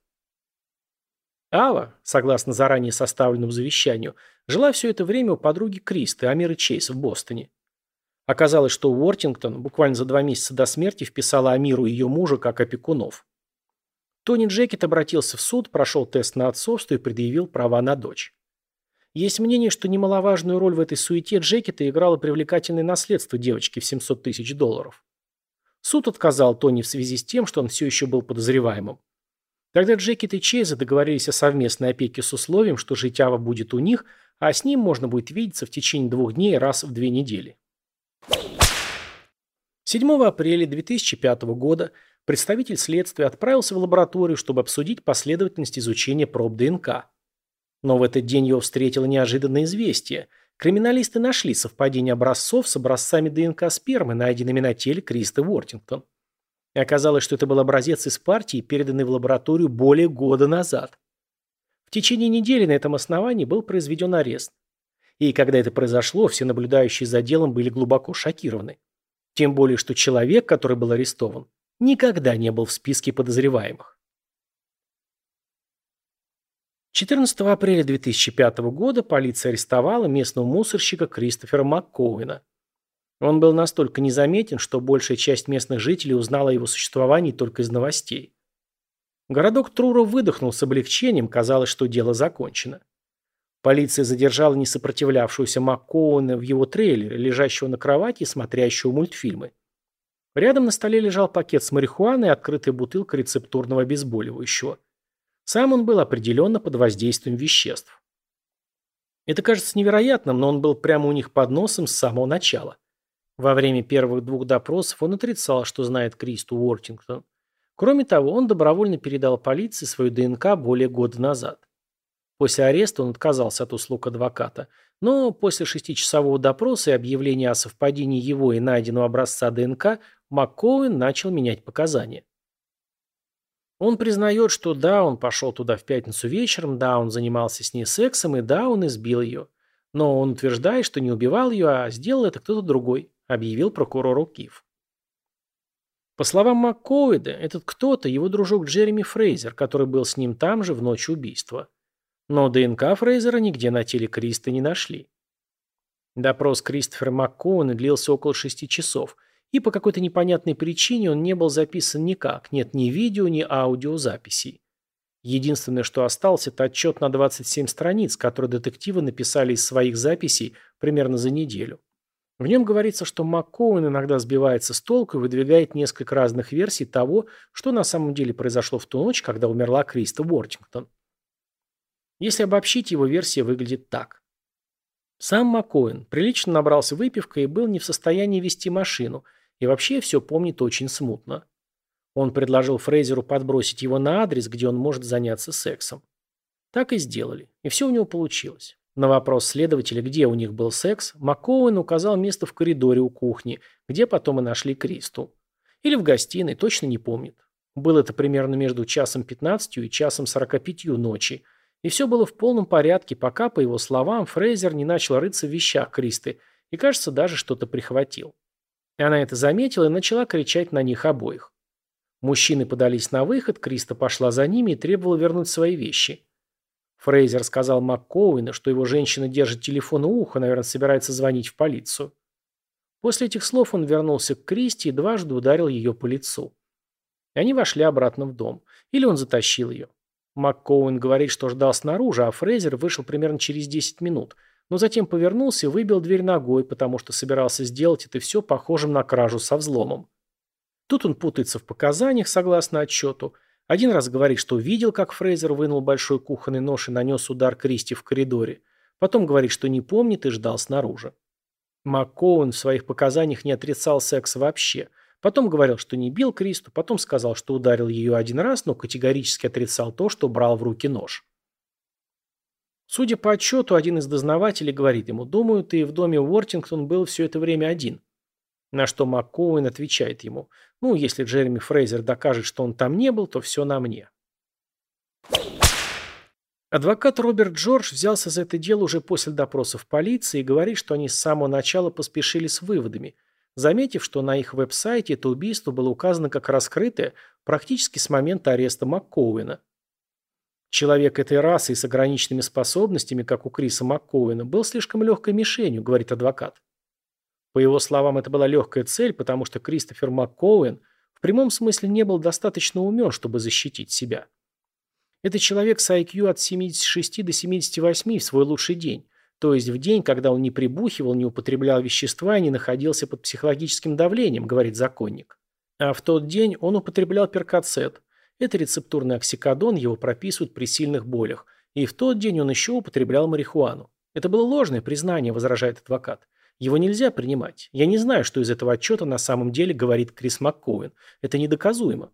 Ава, согласно заранее составленному завещанию, жила все это время у подруги Кристы, Амиры Чейз, в Бостоне. Оказалось, что Уортингтон буквально за два месяца до смерти вписала Амиру и ее мужа как опекунов. Тони Джекет обратился в суд, прошел тест на отцовство и предъявил права на дочь. Есть мнение, что немаловажную роль в этой суете Джекета играло привлекательное наследство девочки в семьсот тысяч долларов. Суд отказал Тони в связи с тем, что он все еще был подозреваемым. Тогда Джекет и Чейз договорились о совместной опеке с условием, что жить Ава будет у них, а с ним можно будет видеться в течение двух дней раз в две недели. седьмого апреля две тысячи пятого года представитель следствия отправился в лабораторию, чтобы обсудить последовательность изучения проб дэ эн ка. Но в этот день его встретило неожиданное известие. Криминалисты нашли совпадение образцов с образцами дэ эн ка спермы, найденными на теле Кристи Уортингтон. И оказалось, что это был образец из партии, переданный в лабораторию более года назад. В течение недели на этом основании был произведен арест. И когда это произошло, все наблюдающие за делом были глубоко шокированы. Тем более, что человек, который был арестован, никогда не был в списке подозреваемых. четырнадцатого апреля две тысячи пятого года полиция арестовала местного мусорщика Кристофера МакКоуэна. Он был настолько незаметен, что большая часть местных жителей узнала о его существовании только из новостей. Городок Труро выдохнул с облегчением, казалось, что дело закончено. Полиция задержала несопротивлявшегося МакКоуэна в его трейлере, лежащего на кровати и смотрящего мультфильмы. Рядом на столе лежал пакет с марихуаной и открытая бутылка рецептурного обезболивающего. Сам он был определенно под воздействием веществ. Это кажется невероятным, но он был прямо у них под носом с самого начала. Во время первых двух допросов он отрицал, что знает Кристу Уортингтон. Кроме того, он добровольно передал полиции свою дэ эн ка более года назад. После ареста он отказался от услуг адвоката, но после шестичасового допроса и объявления о совпадении его и найденного образца дэ эн ка МакКоуэн начал менять показания. Он признает, что да, он пошел туда в пятницу вечером, да, он занимался с ней сексом, и да, он избил ее. Но он утверждает, что не убивал ее, а сделал это кто-то другой, объявил прокурору Киф. По словам МакКоуэда, этот кто-то его дружок Джереми Фрейзер, который был с ним там же в ночь убийства. Но ДНК Фрейзера нигде на теле Криста не нашли. Допрос Кристофера МакКоуэна длился около шести часов, и по какой-то непонятной причине он не был записан никак, нет ни видео, ни аудиозаписей. Единственное, что осталось, это отчет на двадцать семь страниц, который детективы написали из своих записей примерно за неделю. В нем говорится, что МакКоуэн иногда сбивается с толку и выдвигает несколько разных версий того, что на самом деле произошло в ту ночь, когда умерла Криста Уортингтон. Если обобщить, его версия выглядит так. Сам МакКоуэн прилично набрался выпивкой и был не в состоянии вести машину, и вообще все помнит очень смутно. Он предложил Фрейзеру подбросить его на адрес, где он может заняться сексом. Так и сделали, и все у него получилось. На вопрос следователя, где у них был секс, МакКоуэн указал место в коридоре у кухни, где потом и нашли Кристу. Или в гостиной, точно не помнит. Было это примерно между часом пятнадцатью и часом сорока пятью ночи, и все было в полном порядке, пока, по его словам, Фрейзер не начал рыться в вещах Кристы и, кажется, даже что-то прихватил. И она это заметила и начала кричать на них обоих. Мужчины подались на выход, Криста пошла за ними и требовала вернуть свои вещи. Фрейзер сказал МакКоуэну, что его женщина держит телефон у уха, наверное, собирается звонить в полицию. После этих слов он вернулся к Кристи и дважды ударил ее по лицу. И они вошли обратно в дом. Или он затащил ее. МакКоуэн говорит, что ждал снаружи, а Фрейзер вышел примерно через десять минут, но затем повернулся и выбил дверь ногой, потому что собирался сделать это все похожим на кражу со взломом. Тут он путается в показаниях, согласно отчету. Один раз говорит, что видел, как Фрейзер вынул большой кухонный нож и нанес удар Кристи в коридоре. Потом говорит, что не помнит и ждал снаружи. МакКоуэн в своих показаниях не отрицал секс вообще. Потом говорил, что не бил Кристу, потом сказал, что ударил ее один раз, но категорически отрицал то, что брал в руки нож. Судя по отчету, один из дознавателей говорит ему: «Думаю, ты в доме Уортингтон был все это время один». На что МакКоуэн отвечает ему: «Ну, если Джереми Фрейзер докажет, что он там не был, то все на мне». Адвокат Роберт Джордж взялся за это дело уже после допроса в полиции и говорит, что они с самого начала поспешили с выводами, заметив, что на их веб-сайте это убийство было указано как раскрытое практически с момента ареста МакКоуэна. Человек этой расы и с ограниченными способностями, как у Криса МакКоуэна, был слишком легкой мишенью, говорит адвокат. По его словам, это была легкая цель, потому что Кристофер МакКоуэн в прямом смысле не был достаточно умен, чтобы защитить себя. Это человек с ай кью от семидесяти шести до семидесяти восьми в свой лучший день, то есть в день, когда он не прибухивал, не употреблял вещества и не находился под психологическим давлением, говорит законник. А в тот день он употреблял перкоцет. Это рецептурный оксикодон, его прописывают при сильных болях. И в тот день он еще употреблял марихуану. Это было ложное признание, возражает адвокат. Его нельзя принимать. Я не знаю, что из этого отчета на самом деле говорит Крис МакКоуэн. Это недоказуемо.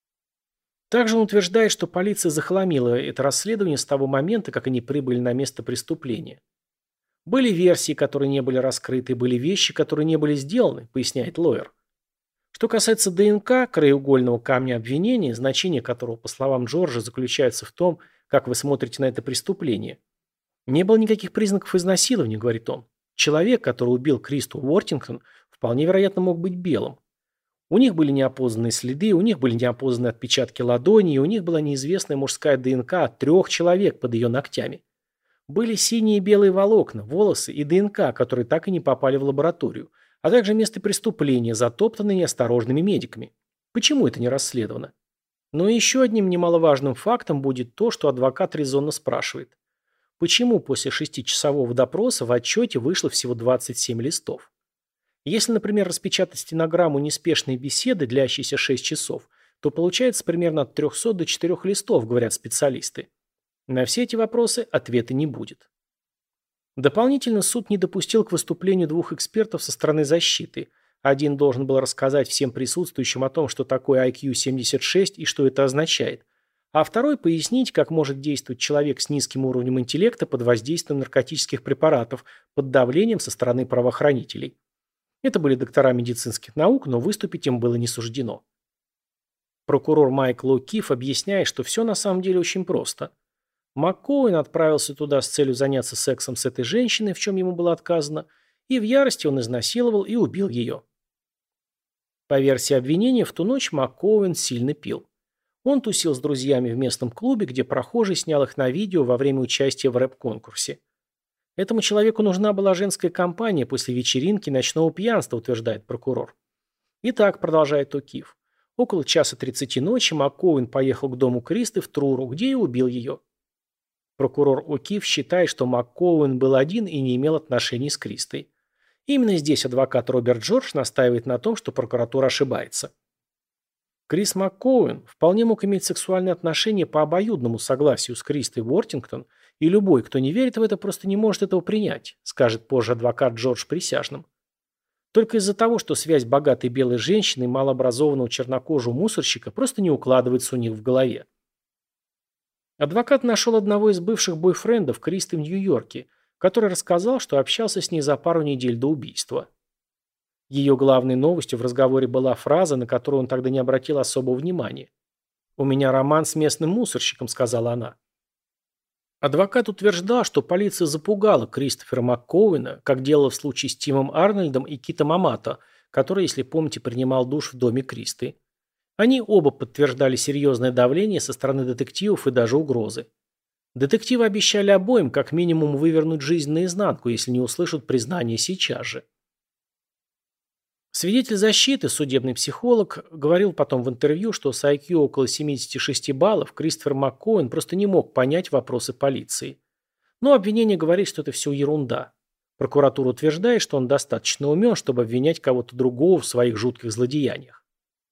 Также он утверждает, что полиция захламила это расследование с того момента, как они прибыли на место преступления. Были версии, которые не были раскрыты, были вещи, которые не были сделаны, поясняет Лойер. Что касается ДНК, краеугольного камня обвинения, значение которого, по словам Джорджа, заключается в том, как вы смотрите на это преступление. Не было никаких признаков изнасилования, говорит он. Человек, который убил Кристу Уортингтон, вполне вероятно мог быть белым. У них были неопознанные следы, у них были неопознанные отпечатки ладони, и у них была неизвестная мужская ДНК от трех человек под ее ногтями. Были синие и белые волокна, волосы и ДНК, которые так и не попали в лабораторию, а также место преступления, затоптанное неосторожными медиками. Почему это не расследовано? Но еще одним немаловажным фактом будет то, что адвокат резонно спрашивает. Почему после шестичасового допроса в отчете вышло всего двадцать семь листов? Если, например, распечатать стенограмму неспешной беседы, длящейся шесть часов, то получается примерно от трёхсот до четырёх листов, говорят специалисты. На все эти вопросы ответа не будет. Дополнительно суд не допустил к выступлению двух экспертов со стороны защиты. Один должен был рассказать всем присутствующим о том, что такое ай кью семьдесят шесть и что это означает, а второй пояснить, как может действовать человек с низким уровнем интеллекта под воздействием наркотических препаратов, под давлением со стороны правоохранителей. Это были доктора медицинских наук, но выступить им было не суждено. Прокурор Майкл О'Кифф объясняет, что все на самом деле очень просто. МакКоуэн отправился туда с целью заняться сексом с этой женщиной, в чем ему было отказано, и в ярости он изнасиловал и убил ее. По версии обвинения, в ту ночь МакКоуэн сильно пил. Он тусил с друзьями в местном клубе, где прохожий снял их на видео во время участия в рэп-конкурсе. Этому человеку нужна была женская компания после вечеринки и ночного пьянства, утверждает прокурор. Итак, продолжает О'Кифф, около часа тридцати ночи МакКоуэн поехал к дому Кристы в Труру, где и убил ее. Прокурор О'Кифф считает, что МакКоуэн был один и не имел отношений с Кристой. Именно здесь адвокат Роберт Джордж настаивает на том, что прокуратура ошибается. Крис МакКоуэн вполне мог иметь сексуальные отношения по обоюдному согласию с Кристой Уортингтон, и любой, кто не верит в это, просто не может этого принять, скажет позже адвокат Джордж присяжным. Только из-за того, что связь богатой белой женщины и малообразованного чернокожего мусорщика просто не укладывается у них в голове. Адвокат нашел одного из бывших бойфрендов Кристы в Нью-Йорке, который рассказал, что общался с ней за пару недель до убийства. Ее главной новостью в разговоре была фраза, на которую он тогда не обратил особого внимания. «У меня роман с местным мусорщиком», — сказала она. Адвокат утверждал, что полиция запугала Кристофера МакКоуэна, как делала в случае с Тимом Арнольдом и Китом Амато, который, если помните, принимал душ в доме Кристы. Они оба подтверждали серьезное давление со стороны детективов и даже угрозы. Детективы обещали обоим как минимум вывернуть жизнь наизнанку, если не услышат признание сейчас же. Свидетель защиты, судебный психолог, говорил потом в интервью, что с ай кью около семидесяти шести баллов Кристофер МакКоуэн просто не мог понять вопросы полиции. Но обвинение говорит, что это все ерунда. Прокуратура утверждает, что он достаточно умен, чтобы обвинять кого-то другого в своих жутких злодеяниях.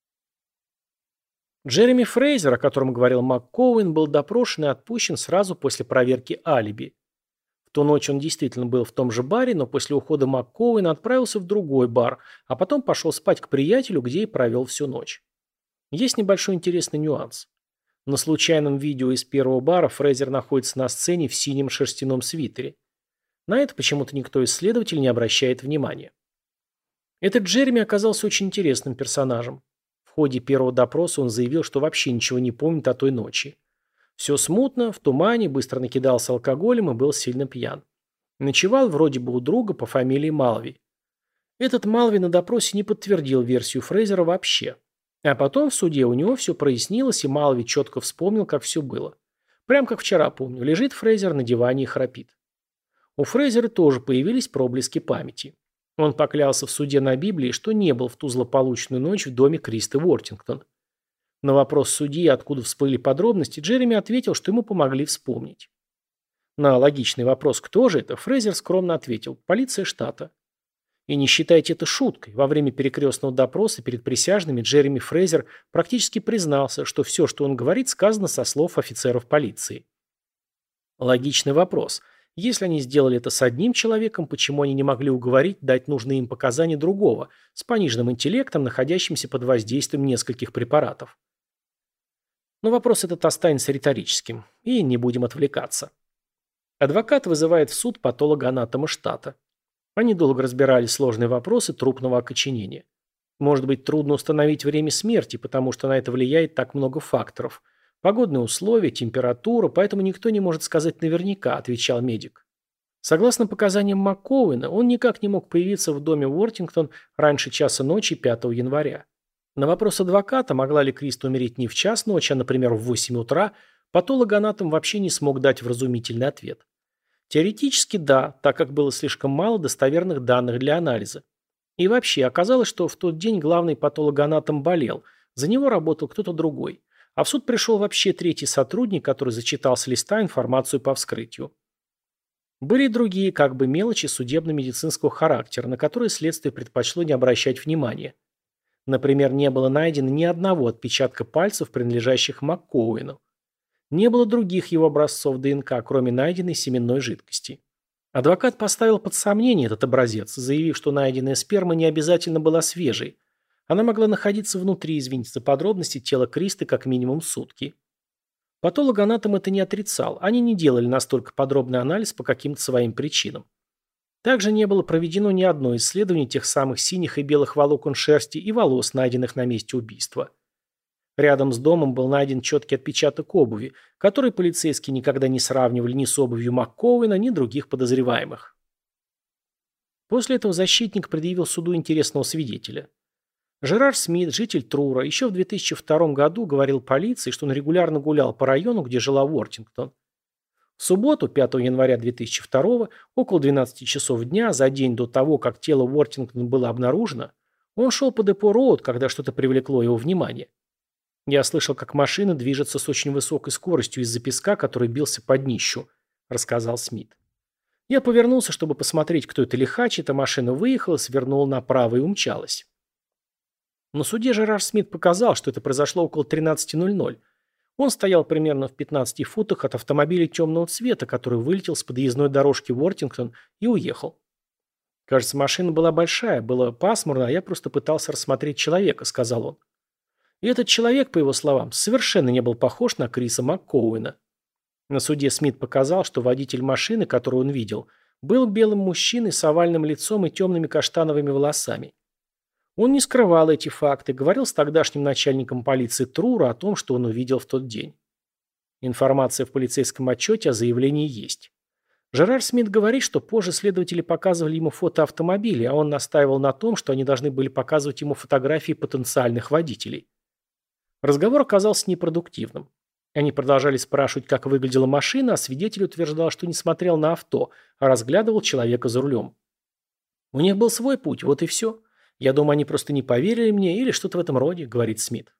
Джереми Фрейзер, о котором говорил МакКоуэн, был допрошен и отпущен сразу после проверки алиби. В ту ночь он действительно был в том же баре, но после ухода МакКоуэна отправился в другой бар, а потом пошел спать к приятелю, где и провел всю ночь. Есть небольшой интересный нюанс. На случайном видео из первого бара Фрейзер находится на сцене в синем шерстяном свитере. На это почему-то никто из следователей не обращает внимания. Этот Джереми оказался очень интересным персонажем. В ходе первого допроса он заявил, что вообще ничего не помнит о той ночи. Все смутно, в тумане, быстро накидался алкоголем и был сильно пьян. Ночевал вроде бы у друга по фамилии Малви. Этот Малви на допросе не подтвердил версию Фрейзера вообще. А потом в суде у него все прояснилось, и Малви четко вспомнил, как все было. Прям как вчера помню, лежит Фрейзер на диване и храпит. У Фрейзера тоже появились проблески памяти. Он поклялся в суде на Библии, что не был в ту злополучную ночь в доме Кристы Уортингтон. На вопрос судьи, откуда всплыли подробности, Джереми ответил, что ему помогли вспомнить. На логичный вопрос, кто же это, Фрейзер скромно ответил: полиция штата. И не считайте это шуткой. Во время перекрестного допроса перед присяжными Джереми Фрейзер практически признался, что все, что он говорит, сказано со слов офицеров полиции. Логичный вопрос. Если они сделали это с одним человеком, почему они не могли уговорить дать нужные им показания другого, с пониженным интеллектом, находящимся под воздействием нескольких препаратов? Но вопрос этот останется риторическим, и не будем отвлекаться. Адвокат вызывает в суд патолога-анатома штата. Они долго разбирали сложные вопросы трупного окоченения. Может быть, трудно установить время смерти, потому что на это влияет так много факторов. Погодные условия, температура, поэтому никто не может сказать наверняка, отвечал медик. Согласно показаниям МакКоуэна, он никак не мог появиться в доме Уортингтон раньше часа ночи пятого января. На вопрос адвоката, могла ли Криста умереть не в час ночи, а, например, в восемь утра, патологоанатом вообще не смог дать вразумительный ответ. Теоретически да, так как было слишком мало достоверных данных для анализа. И вообще, оказалось, что в тот день главный патологоанатом болел, за него работал кто-то другой. А в суд пришел вообще третий сотрудник, который зачитал с листа информацию по вскрытию. Были и другие, как бы мелочи судебно-медицинского характера, на которые следствие предпочло не обращать внимания. Например, не было найдено ни одного отпечатка пальцев, принадлежащих МакКоуэну. Не было других его образцов ДНК, кроме найденной семенной жидкости. Адвокат поставил под сомнение этот образец, заявив, что найденная сперма не обязательно была свежей. Она могла находиться внутри, извините за подробности, тела Кристы как минимум сутки. Патологоанатом это не отрицал, они не делали настолько подробный анализ по каким-то своим причинам. Также не было проведено ни одно исследование тех самых синих и белых волокон шерсти и волос, найденных на месте убийства. Рядом с домом был найден четкий отпечаток обуви, который полицейские никогда не сравнивали ни с обувью МакКоуэна, ни других подозреваемых. После этого защитник предъявил суду интересного свидетеля. Жерар Смит, житель Трура, еще в две тысячи втором году говорил полиции, что он регулярно гулял по району, где жила Уортингтон. В субботу, пятого января две тысячи второго, около двенадцати часов дня, за день до того, как тело Уортингтон было обнаружено, он шел по Депо-Роуд, когда что-то привлекло его внимание. «Я слышал, как машина движется с очень высокой скоростью из-за песка, который бился под днищу», — рассказал Смит. «Я повернулся, чтобы посмотреть, кто это лихач, эта машина выехала, свернула направо и умчалась». На суде Жерар Смит показал, что это произошло около тринадцати ноль-ноль. Он стоял примерно в пятнадцати футах от автомобиля темного цвета, который вылетел с подъездной дорожки в Уортингтон и уехал. «Кажется, машина была большая, было пасмурно, а я просто пытался рассмотреть человека», — сказал он. И этот человек, по его словам, совершенно не был похож на Криса МакКоуэна. На суде Смит показал, что водитель машины, которую он видел, был белым мужчиной с овальным лицом и темными каштановыми волосами. Он не скрывал эти факты, говорил с тогдашним начальником полиции Трура о том, что он увидел в тот день. Информация в полицейском отчете о заявлении есть. Жерар Смит говорит, что позже следователи показывали ему фото автомобилей, а он настаивал на том, что они должны были показывать ему фотографии потенциальных водителей. Разговор оказался непродуктивным. Они продолжали спрашивать, как выглядела машина, а свидетель утверждал, что не смотрел на авто, а разглядывал человека за рулем. «У них был свой путь, вот и все. Я думаю, они просто не поверили мне или что-то в этом роде», — говорит Смит.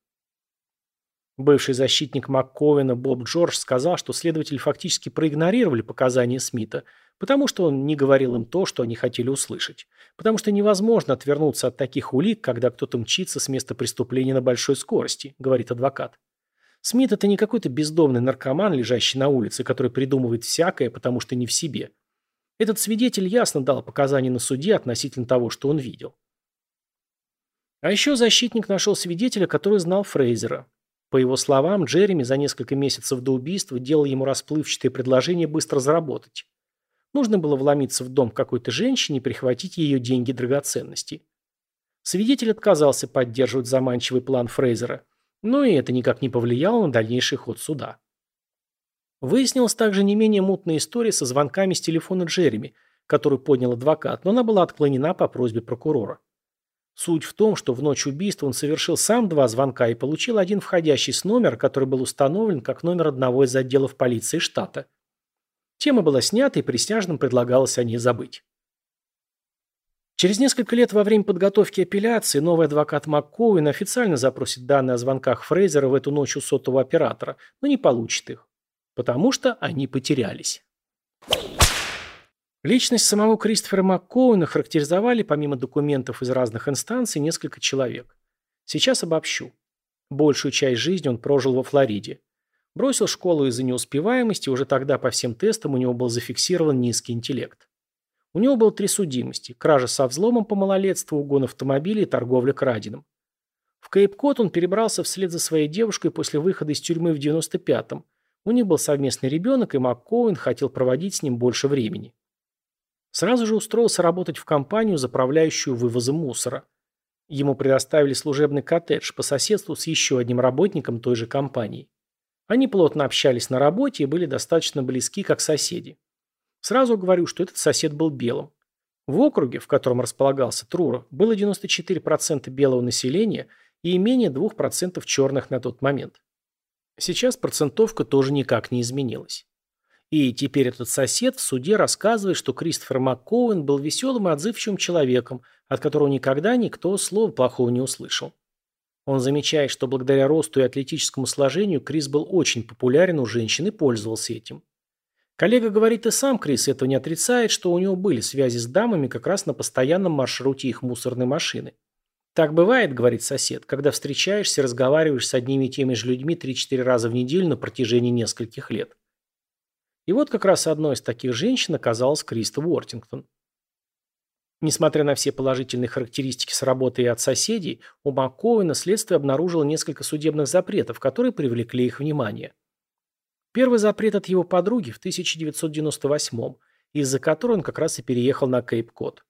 Бывший защитник МакКоуэна Боб Джордж сказал, что следователи фактически проигнорировали показания Смита, потому что он не говорил им то, что они хотели услышать. Потому что невозможно отвернуться от таких улик, когда кто-то мчится с места преступления на большой скорости, говорит адвокат. Смит – это не какой-то бездомный наркоман, лежащий на улице, который придумывает всякое, потому что не в себе. Этот свидетель ясно дал показания на суде относительно того, что он видел. А еще защитник нашел свидетеля, который знал Фрейзера. По его словам, Джереми за несколько месяцев до убийства делал ему расплывчатое предложение быстро заработать. Нужно было вломиться в дом к какой-то женщине и прихватить ее деньги и драгоценности. Свидетель отказался поддерживать заманчивый план Фрейзера, но и это никак не повлияло на дальнейший ход суда. Выяснилась также не менее мутная история со звонками с телефона Джереми, которую поднял адвокат, но она была отклонена по просьбе прокурора. Суть в том, что в ночь убийства он совершил сам два звонка и получил один входящий с номера, который был установлен как номер одного из отделов полиции штата. Тема была снята, и присяжным предлагалось о ней забыть. Через несколько лет во время подготовки апелляции новый адвокат МакКоуэн официально запросит данные о звонках Фрейзера в эту ночь у сотового оператора, но не получит их, потому что они потерялись. Личность самого Кристофера МакКоуэна характеризовали, помимо документов из разных инстанций, несколько человек. Сейчас обобщу. Большую часть жизни он прожил во Флориде. Бросил школу из-за неуспеваемости, уже тогда по всем тестам у него был зафиксирован низкий интеллект. У него было три судимости – кража со взломом по малолетству, угон автомобиля и торговля краденым. В Кейп-Кот он перебрался вслед за своей девушкой после выхода из тюрьмы в девяносто пятом. У них был совместный ребенок, и МакКоуэн хотел проводить с ним больше времени. Сразу же устроился работать в компанию, заправляющую вывозом мусора. Ему предоставили служебный коттедж по соседству с еще одним работником той же компании. Они плотно общались на работе и были достаточно близки, как соседи. Сразу говорю, что этот сосед был белым. В округе, в котором располагался Трура, было девяносто четыре процента белого населения и менее двух процентов черных на тот момент. Сейчас процентовка тоже никак не изменилась. И теперь этот сосед в суде рассказывает, что Кристофер МакКоуэн был веселым и отзывчивым человеком, от которого никогда никто слова плохого не услышал. Он замечает, что благодаря росту и атлетическому сложению Крис был очень популярен у женщин и пользовался этим. Коллега говорит, и сам Крис этого не отрицает, что у него были связи с дамами как раз на постоянном маршруте их мусорной машины. Так бывает, говорит сосед, когда встречаешься и разговариваешь с одними и теми же людьми три-четыре раза в неделю на протяжении нескольких лет. И вот как раз одной из таких женщин оказалась Криста Уортингтон. Несмотря на все положительные характеристики с работы и от соседей, у МакКоуэна следствие обнаружило несколько судебных запретов, которые привлекли их внимание. Первый запрет от его подруги в тысяча девятьсот девяносто восьмом, из-за которой он как раз и переехал на Кейп-Кот.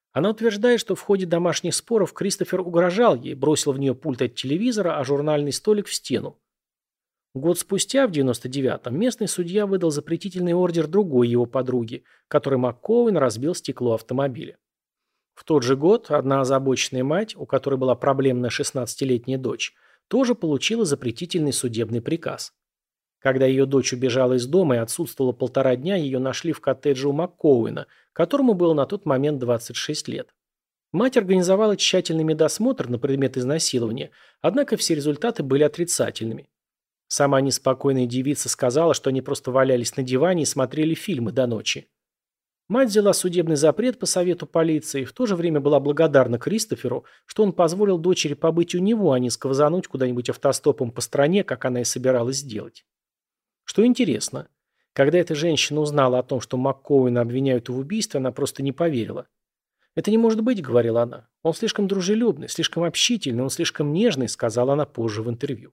Она утверждает, что в ходе домашних споров Кристофер угрожал ей, бросил в нее пульт от телевизора, а журнальный столик в стену. Год спустя, в девяносто девятом, местный судья выдал запретительный ордер другой его подруге, которой МакКоуэн разбил стекло автомобиля. В тот же год одна озабоченная мать, у которой была проблемная шестнадцатилетняя дочь, тоже получила запретительный судебный приказ. Когда ее дочь убежала из дома и отсутствовала полтора дня, ее нашли в коттедже у МакКоуэна, которому было на тот момент двадцать шесть лет. Мать организовала тщательный медосмотр на предмет изнасилования, однако все результаты были отрицательными. Сама неспокойная девица сказала, что они просто валялись на диване и смотрели фильмы до ночи. Мать взяла судебный запрет по совету полиции и в то же время была благодарна Кристоферу, что он позволил дочери побыть у него, а не сквозануть куда-нибудь автостопом по стране, как она и собиралась сделать. Что интересно, когда эта женщина узнала о том, что МакКоуэна обвиняют в убийстве, она просто не поверила. «Это не может быть», — говорила она. «Он слишком дружелюбный, слишком общительный, он слишком нежный», — сказала она позже в интервью.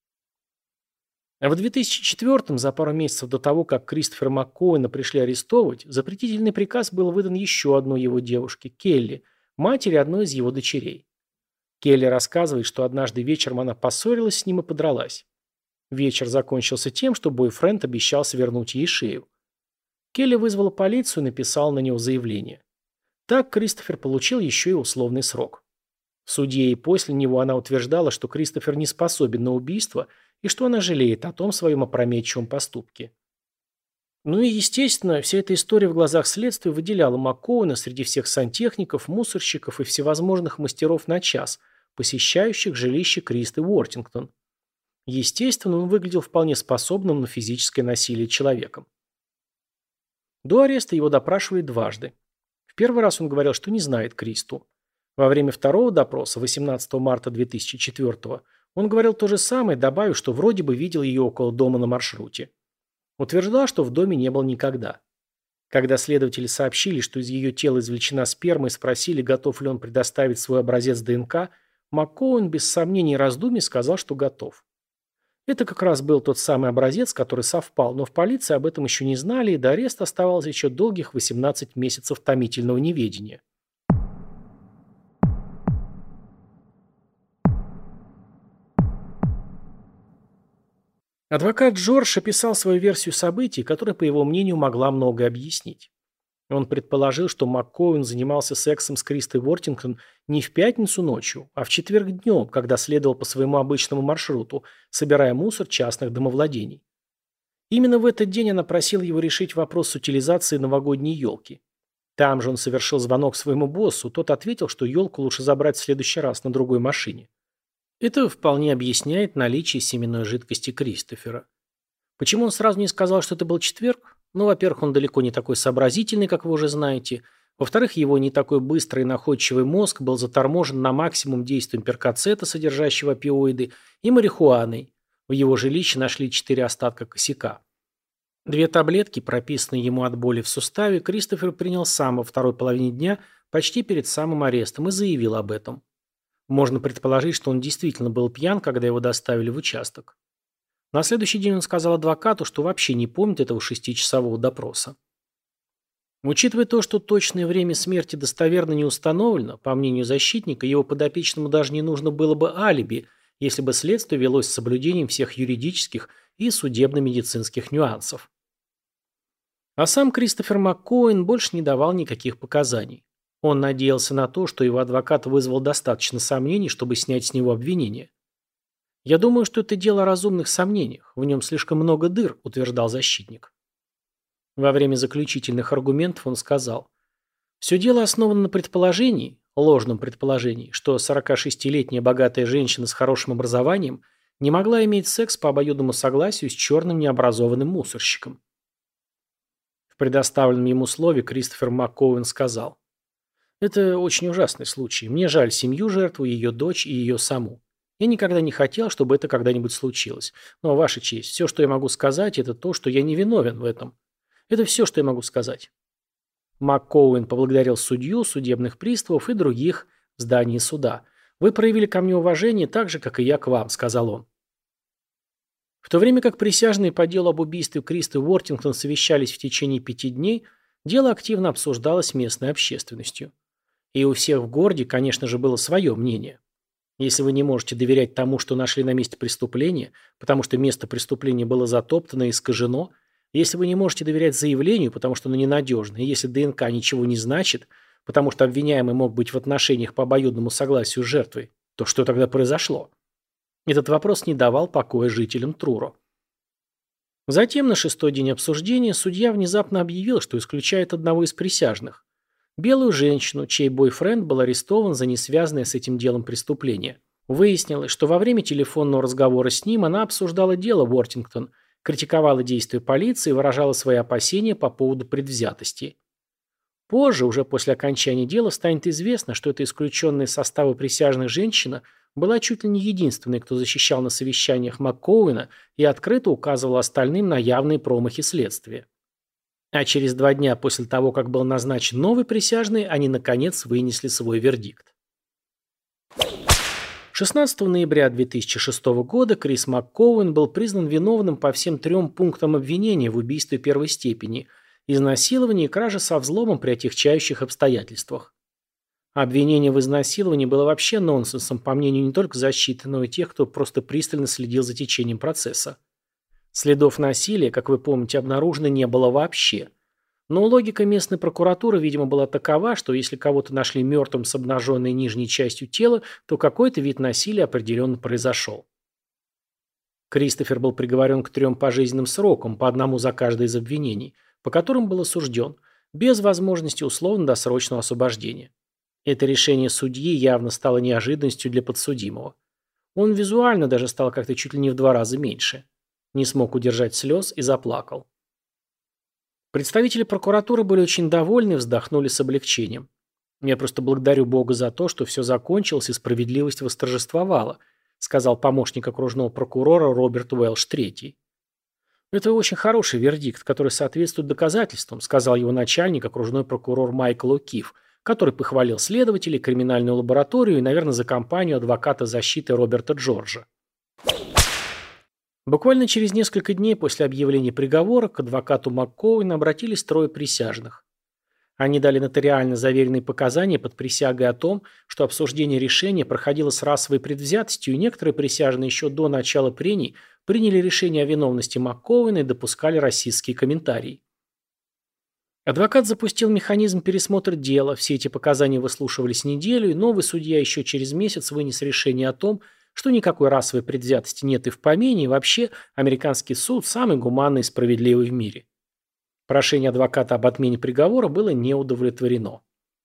А в две тысячи четвёртом, за пару месяцев до того, как Кристофера МакКоуэна пришли арестовывать, запретительный приказ был выдан еще одной его девушке, Келли, матери одной из его дочерей. Келли рассказывает, что однажды вечером она поссорилась с ним и подралась. Вечер закончился тем, что бойфренд обещался вернуть ей шею. Келли вызвала полицию и написала на него заявление. Так Кристофер получил еще и условный срок. В суде и после него она утверждала, что Кристофер не способен на убийство и что она жалеет о том своем опрометчивом поступке. Ну и, естественно, вся эта история в глазах следствия выделяла МакКоуэна среди всех сантехников, мусорщиков и всевозможных мастеров на час, посещающих жилище Кристы Уортингтон. Естественно, он выглядел вполне способным на физическое насилие человеком. До ареста его допрашивали дважды. В первый раз он говорил, что не знает Кристу. Во время второго допроса, восемнадцатого марта две тысячи четвёртого, он говорил то же самое, добавив, что вроде бы видел ее около дома на маршруте. Утверждал, что в доме не был никогда. Когда следователи сообщили, что из ее тела извлечена сперма и спросили, готов ли он предоставить свой образец ДНК, МакКоуэн без сомнений и раздумий сказал, что готов. Это как раз был тот самый образец, который совпал, но в полиции об этом еще не знали, и до ареста оставалось еще долгих восемнадцать месяцев томительного неведения. Адвокат Джордж описал свою версию событий, которая, по его мнению, могла многое объяснить. Он предположил, что МакКоуэн занимался сексом с Кристой Уортингтон не в пятницу ночью, а в четверг днем, когда следовал по своему обычному маршруту, собирая мусор частных домовладений. Именно в этот день она просила его решить вопрос с утилизацией новогодней елки. Там же он совершил звонок своему боссу, тот ответил, что елку лучше забрать в следующий раз на другой машине. Это вполне объясняет наличие семенной жидкости Кристофера. Почему он сразу не сказал, что это был четверг? Ну, во-первых, он далеко не такой сообразительный, как вы уже знаете. Во-вторых, его не такой быстрый и находчивый мозг был заторможен на максимум действием перкацета, содержащего опиоиды, и марихуаной. В его жилище нашли четыре остатка косяка. Две таблетки, прописанные ему от боли в суставе, Кристофер принял сам во второй половине дня, почти перед самым арестом, и заявил об этом. Можно предположить, что он действительно был пьян, когда его доставили в участок. На следующий день он сказал адвокату, что вообще не помнит этого шестичасового допроса. Учитывая то, что точное время смерти достоверно не установлено, по мнению защитника, его подопечному даже не нужно было бы алиби, если бы следствие велось с соблюдением всех юридических и судебно-медицинских нюансов. А сам Кристофер МакКоуэн больше не давал никаких показаний. Он надеялся на то, что его адвокат вызвал достаточно сомнений, чтобы снять с него обвинение. «Я думаю, что это дело о разумных сомнениях. В нем слишком много дыр», – утверждал защитник. Во время заключительных аргументов он сказал: «Все дело основано на предположении, ложном предположении, что сорокашестилетняя богатая женщина с хорошим образованием не могла иметь секс по обоюдному согласию с черным необразованным мусорщиком». В предоставленном ему слове Кристофер МакКоуэн сказал: «Это очень ужасный случай. Мне жаль семью жертвы, ее дочь и ее саму. Я никогда не хотел, чтобы это когда-нибудь случилось. Но, Ваша честь, все, что я могу сказать, это то, что я не виновен в этом. Это все, что я могу сказать». МакКоуэн поблагодарил судью, судебных приставов и других в здании суда. «Вы проявили ко мне уважение так же, как и я к вам», — сказал он. В то время как присяжные по делу об убийстве Кристы Уортингтон совещались в течение пяти дней, дело активно обсуждалось местной общественностью. И у всех в городе, конечно же, было свое мнение. Если вы не можете доверять тому, что нашли на месте преступления, потому что место преступления было затоптано и искажено, если вы не можете доверять заявлению, потому что оно ненадежно, и если ДНК ничего не значит, потому что обвиняемый мог быть в отношениях по обоюдному согласию с жертвой, то что тогда произошло? Этот вопрос не давал покоя жителям Труро. Затем, на шестой день обсуждения, судья внезапно объявил, что исключает одного из присяжных. Белую женщину, чей бойфренд был арестован за несвязанное с этим делом преступление. Выяснилось, что во время телефонного разговора с ним она обсуждала дело Уортингтон, критиковала действия полиции и выражала свои опасения по поводу предвзятости. Позже, уже после окончания дела, станет известно, что эта исключенная из состава присяжных женщина была чуть ли не единственной, кто защищал на совещаниях МакКоуэна и открыто указывал остальным на явные промахи следствия. А через два дня после того, как был назначен новый присяжный, они наконец вынесли свой вердикт. шестнадцатого ноября две тысячи шестого года Крис МакКоуэн был признан виновным по всем трем пунктам обвинения в убийстве первой степени, изнасиловании и краже со взломом при отягчающих обстоятельствах. Обвинение в изнасиловании было вообще нонсенсом, по мнению не только защиты, но и тех, кто просто пристально следил за течением процесса. Следов насилия, как вы помните, обнаружено не было вообще. Но логика местной прокуратуры, видимо, была такова, что если кого-то нашли мертвым с обнаженной нижней частью тела, то какой-то вид насилия определенно произошел. Кристофер был приговорен к трем пожизненным срокам, по одному за каждое из обвинений, по которым был осужден, без возможности условно-досрочного освобождения. Это решение судьи явно стало неожиданностью для подсудимого. Он визуально даже стал как-то чуть ли не в два раза меньше. Не смог удержать слез и заплакал. Представители прокуратуры были очень довольны и вздохнули с облегчением. «Я просто благодарю Бога за то, что все закончилось и справедливость восторжествовала», сказал помощник окружного прокурора Роберт Уэлш третий. «Это очень хороший вердикт, который соответствует доказательствам», сказал его начальник, окружной прокурор Майкл О'Кифф, который похвалил следователей, криминальную лабораторию и, наверное, за компанию адвоката защиты Роберта Джорджа. Буквально через несколько дней после объявления приговора к адвокату МакКоуэна обратились трое присяжных. Они дали нотариально заверенные показания под присягой о том, что обсуждение решения проходило с расовой предвзятостью, и некоторые присяжные еще до начала прений приняли решение о виновности МакКоуэна и допускали расистские комментарии. Адвокат запустил механизм пересмотра дела, все эти показания выслушивались неделю, и новый судья еще через месяц вынес решение о том, что никакой расовой предвзятости нет и в помине, и вообще американский суд самый гуманный и справедливый в мире. Прошение адвоката об отмене приговора было не удовлетворено.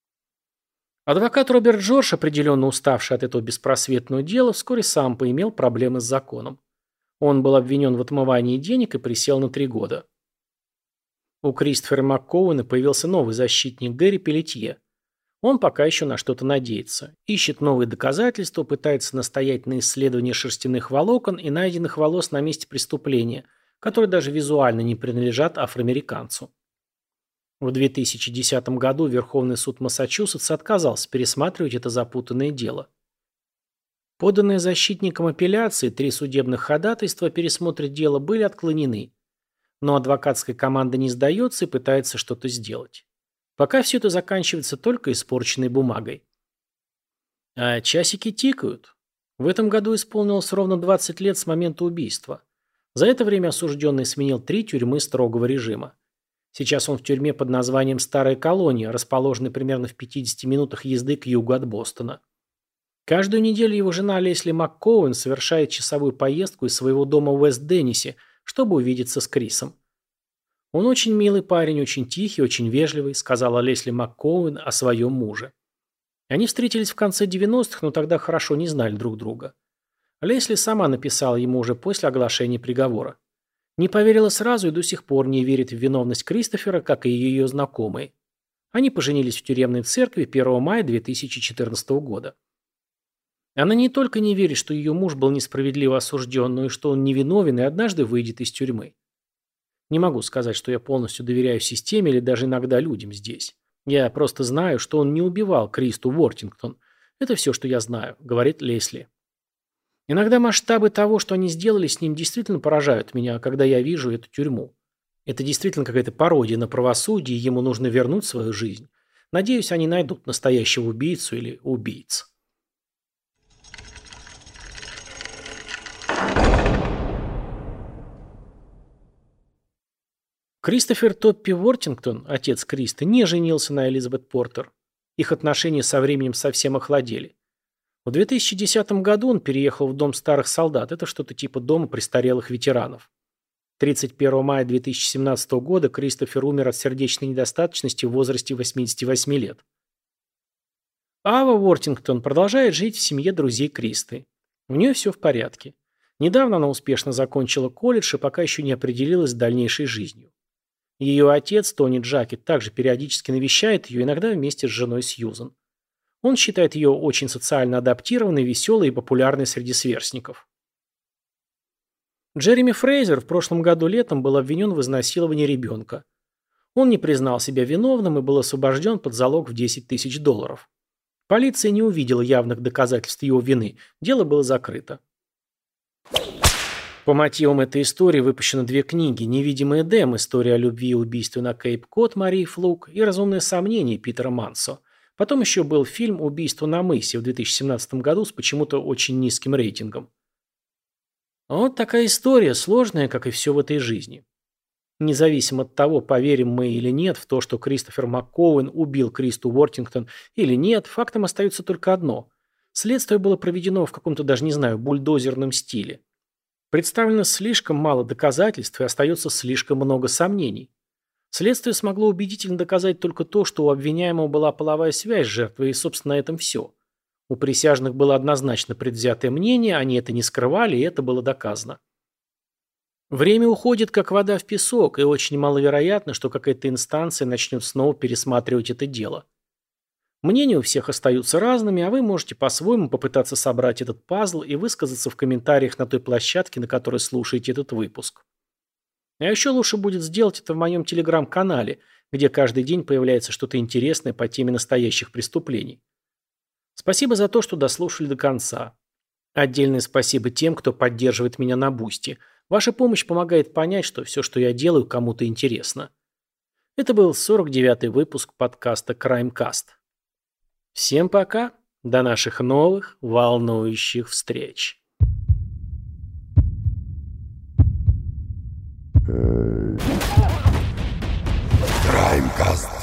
Адвокат Роберт Джордж, определенно уставший от этого беспросветного дела, вскоре сам поимел проблемы с законом. Он был обвинен в отмывании денег и присел на три года. У Кристофера МакКоуэна появился новый защитник Гэри Пелетье. Он пока еще на что-то надеется. Ищет новые доказательства, пытается настоять на исследовании шерстяных волокон и найденных волос на месте преступления, которые даже визуально не принадлежат афроамериканцу. В две тысячи десятом году Верховный суд Массачусетса отказался пересматривать это запутанное дело. Поданные защитником апелляции три судебных ходатайства о пересмотре дела были отклонены. Но адвокатская команда не сдается и пытается что-то сделать. Пока все это заканчивается только испорченной бумагой. А часики тикают. В этом году исполнилось ровно двадцать лет с момента убийства. За это время осужденный сменил три тюрьмы строгого режима. Сейчас он в тюрьме под названием «Старая колония», расположенной примерно в пятидесяти минутах езды к югу от Бостона. Каждую неделю его жена Лесли МакКоуэн совершает часовую поездку из своего дома в Уэст-Деннисе, чтобы увидеться с Крисом. «Он очень милый парень, очень тихий, очень вежливый», сказала Лесли МакКоуэн о своем муже. Они встретились в конце девяностых, но тогда хорошо не знали друг друга. Лесли сама написала ему уже после оглашения приговора. Не поверила сразу и до сих пор не верит в виновность Кристофера, как и ее знакомые. Они поженились в тюремной церкви первого мая две тысячи четырнадцатого года. Она не только не верит, что ее муж был несправедливо осужден, но и что он невиновен и однажды выйдет из тюрьмы. Не могу сказать, что я полностью доверяю системе или даже иногда людям здесь. Я просто знаю, что он не убивал Кристу Уортингтон. Это все, что я знаю, говорит Лесли. Иногда масштабы того, что они сделали с ним, действительно поражают меня, когда я вижу эту тюрьму. Это действительно какая-то пародия на правосудие, и ему нужно вернуть свою жизнь. Надеюсь, они найдут настоящего убийцу или убийц. Кристофер Топпи Уортингтон, отец Кристи, не женился на Элизабет Портер. Их отношения со временем совсем охладели. В две тысячи десятом году он переехал в дом старых солдат, это что-то типа дома престарелых ветеранов. тридцать первого мая две тысячи семнадцатого года Кристофер умер от сердечной недостаточности в возрасте восьмидесяти восьми лет. Ава Уортингтон продолжает жить в семье друзей Кристи. У нее все в порядке. Недавно она успешно закончила колледж и пока еще не определилась с дальнейшей жизнью. Ее отец, Тони Джакет, также периодически навещает ее, иногда вместе с женой Сьюзан. Он считает ее очень социально адаптированной, веселой и популярной среди сверстников. Джереми Фрейзер в прошлом году летом был обвинен в изнасиловании ребенка. Он не признал себя виновным и был освобожден под залог в десять тысяч долларов. Полиция не увидела явных доказательств его вины, дело было закрыто. По мотивам этой истории выпущены две книги: «Невидимый Эдем. История о любви и убийстве на Кейп-Кот» Марии Флук и «Разумные сомнения» Питера Мансо. Потом еще был фильм «Убийство на мысе» в две тысячи семнадцатом году с почему-то очень низким рейтингом. Вот такая история, сложная, как и все в этой жизни. Независимо от того, поверим мы или нет в то, что Кристофер МакКоуэн убил Кристу Уортингтон или нет, фактом остается только одно. Следствие было проведено в каком-то, даже не знаю, бульдозерном стиле. Представлено слишком мало доказательств и остается слишком много сомнений. Следствие смогло убедительно доказать только то, что у обвиняемого была половая связь с жертвой, и, собственно, на этом все. У присяжных было однозначно предвзятое мнение, они это не скрывали, и это было доказано. Время уходит, как вода в песок, и очень маловероятно, что какая-то инстанция начнет снова пересматривать это дело. Мнения у всех остаются разными, а вы можете по-своему попытаться собрать этот пазл и высказаться в комментариях на той площадке, на которой слушаете этот выпуск. А еще лучше будет сделать это в моем телеграм-канале, где каждый день появляется что-то интересное по теме настоящих преступлений. Спасибо за то, что дослушали до конца. Отдельное спасибо тем, кто поддерживает меня на Бусти. Ваша помощь помогает понять, что все, что я делаю, кому-то интересно. Это был сорок девятый выпуск подкаста Краймкаст. Всем пока, до наших новых волнующих встреч. Краймкаст.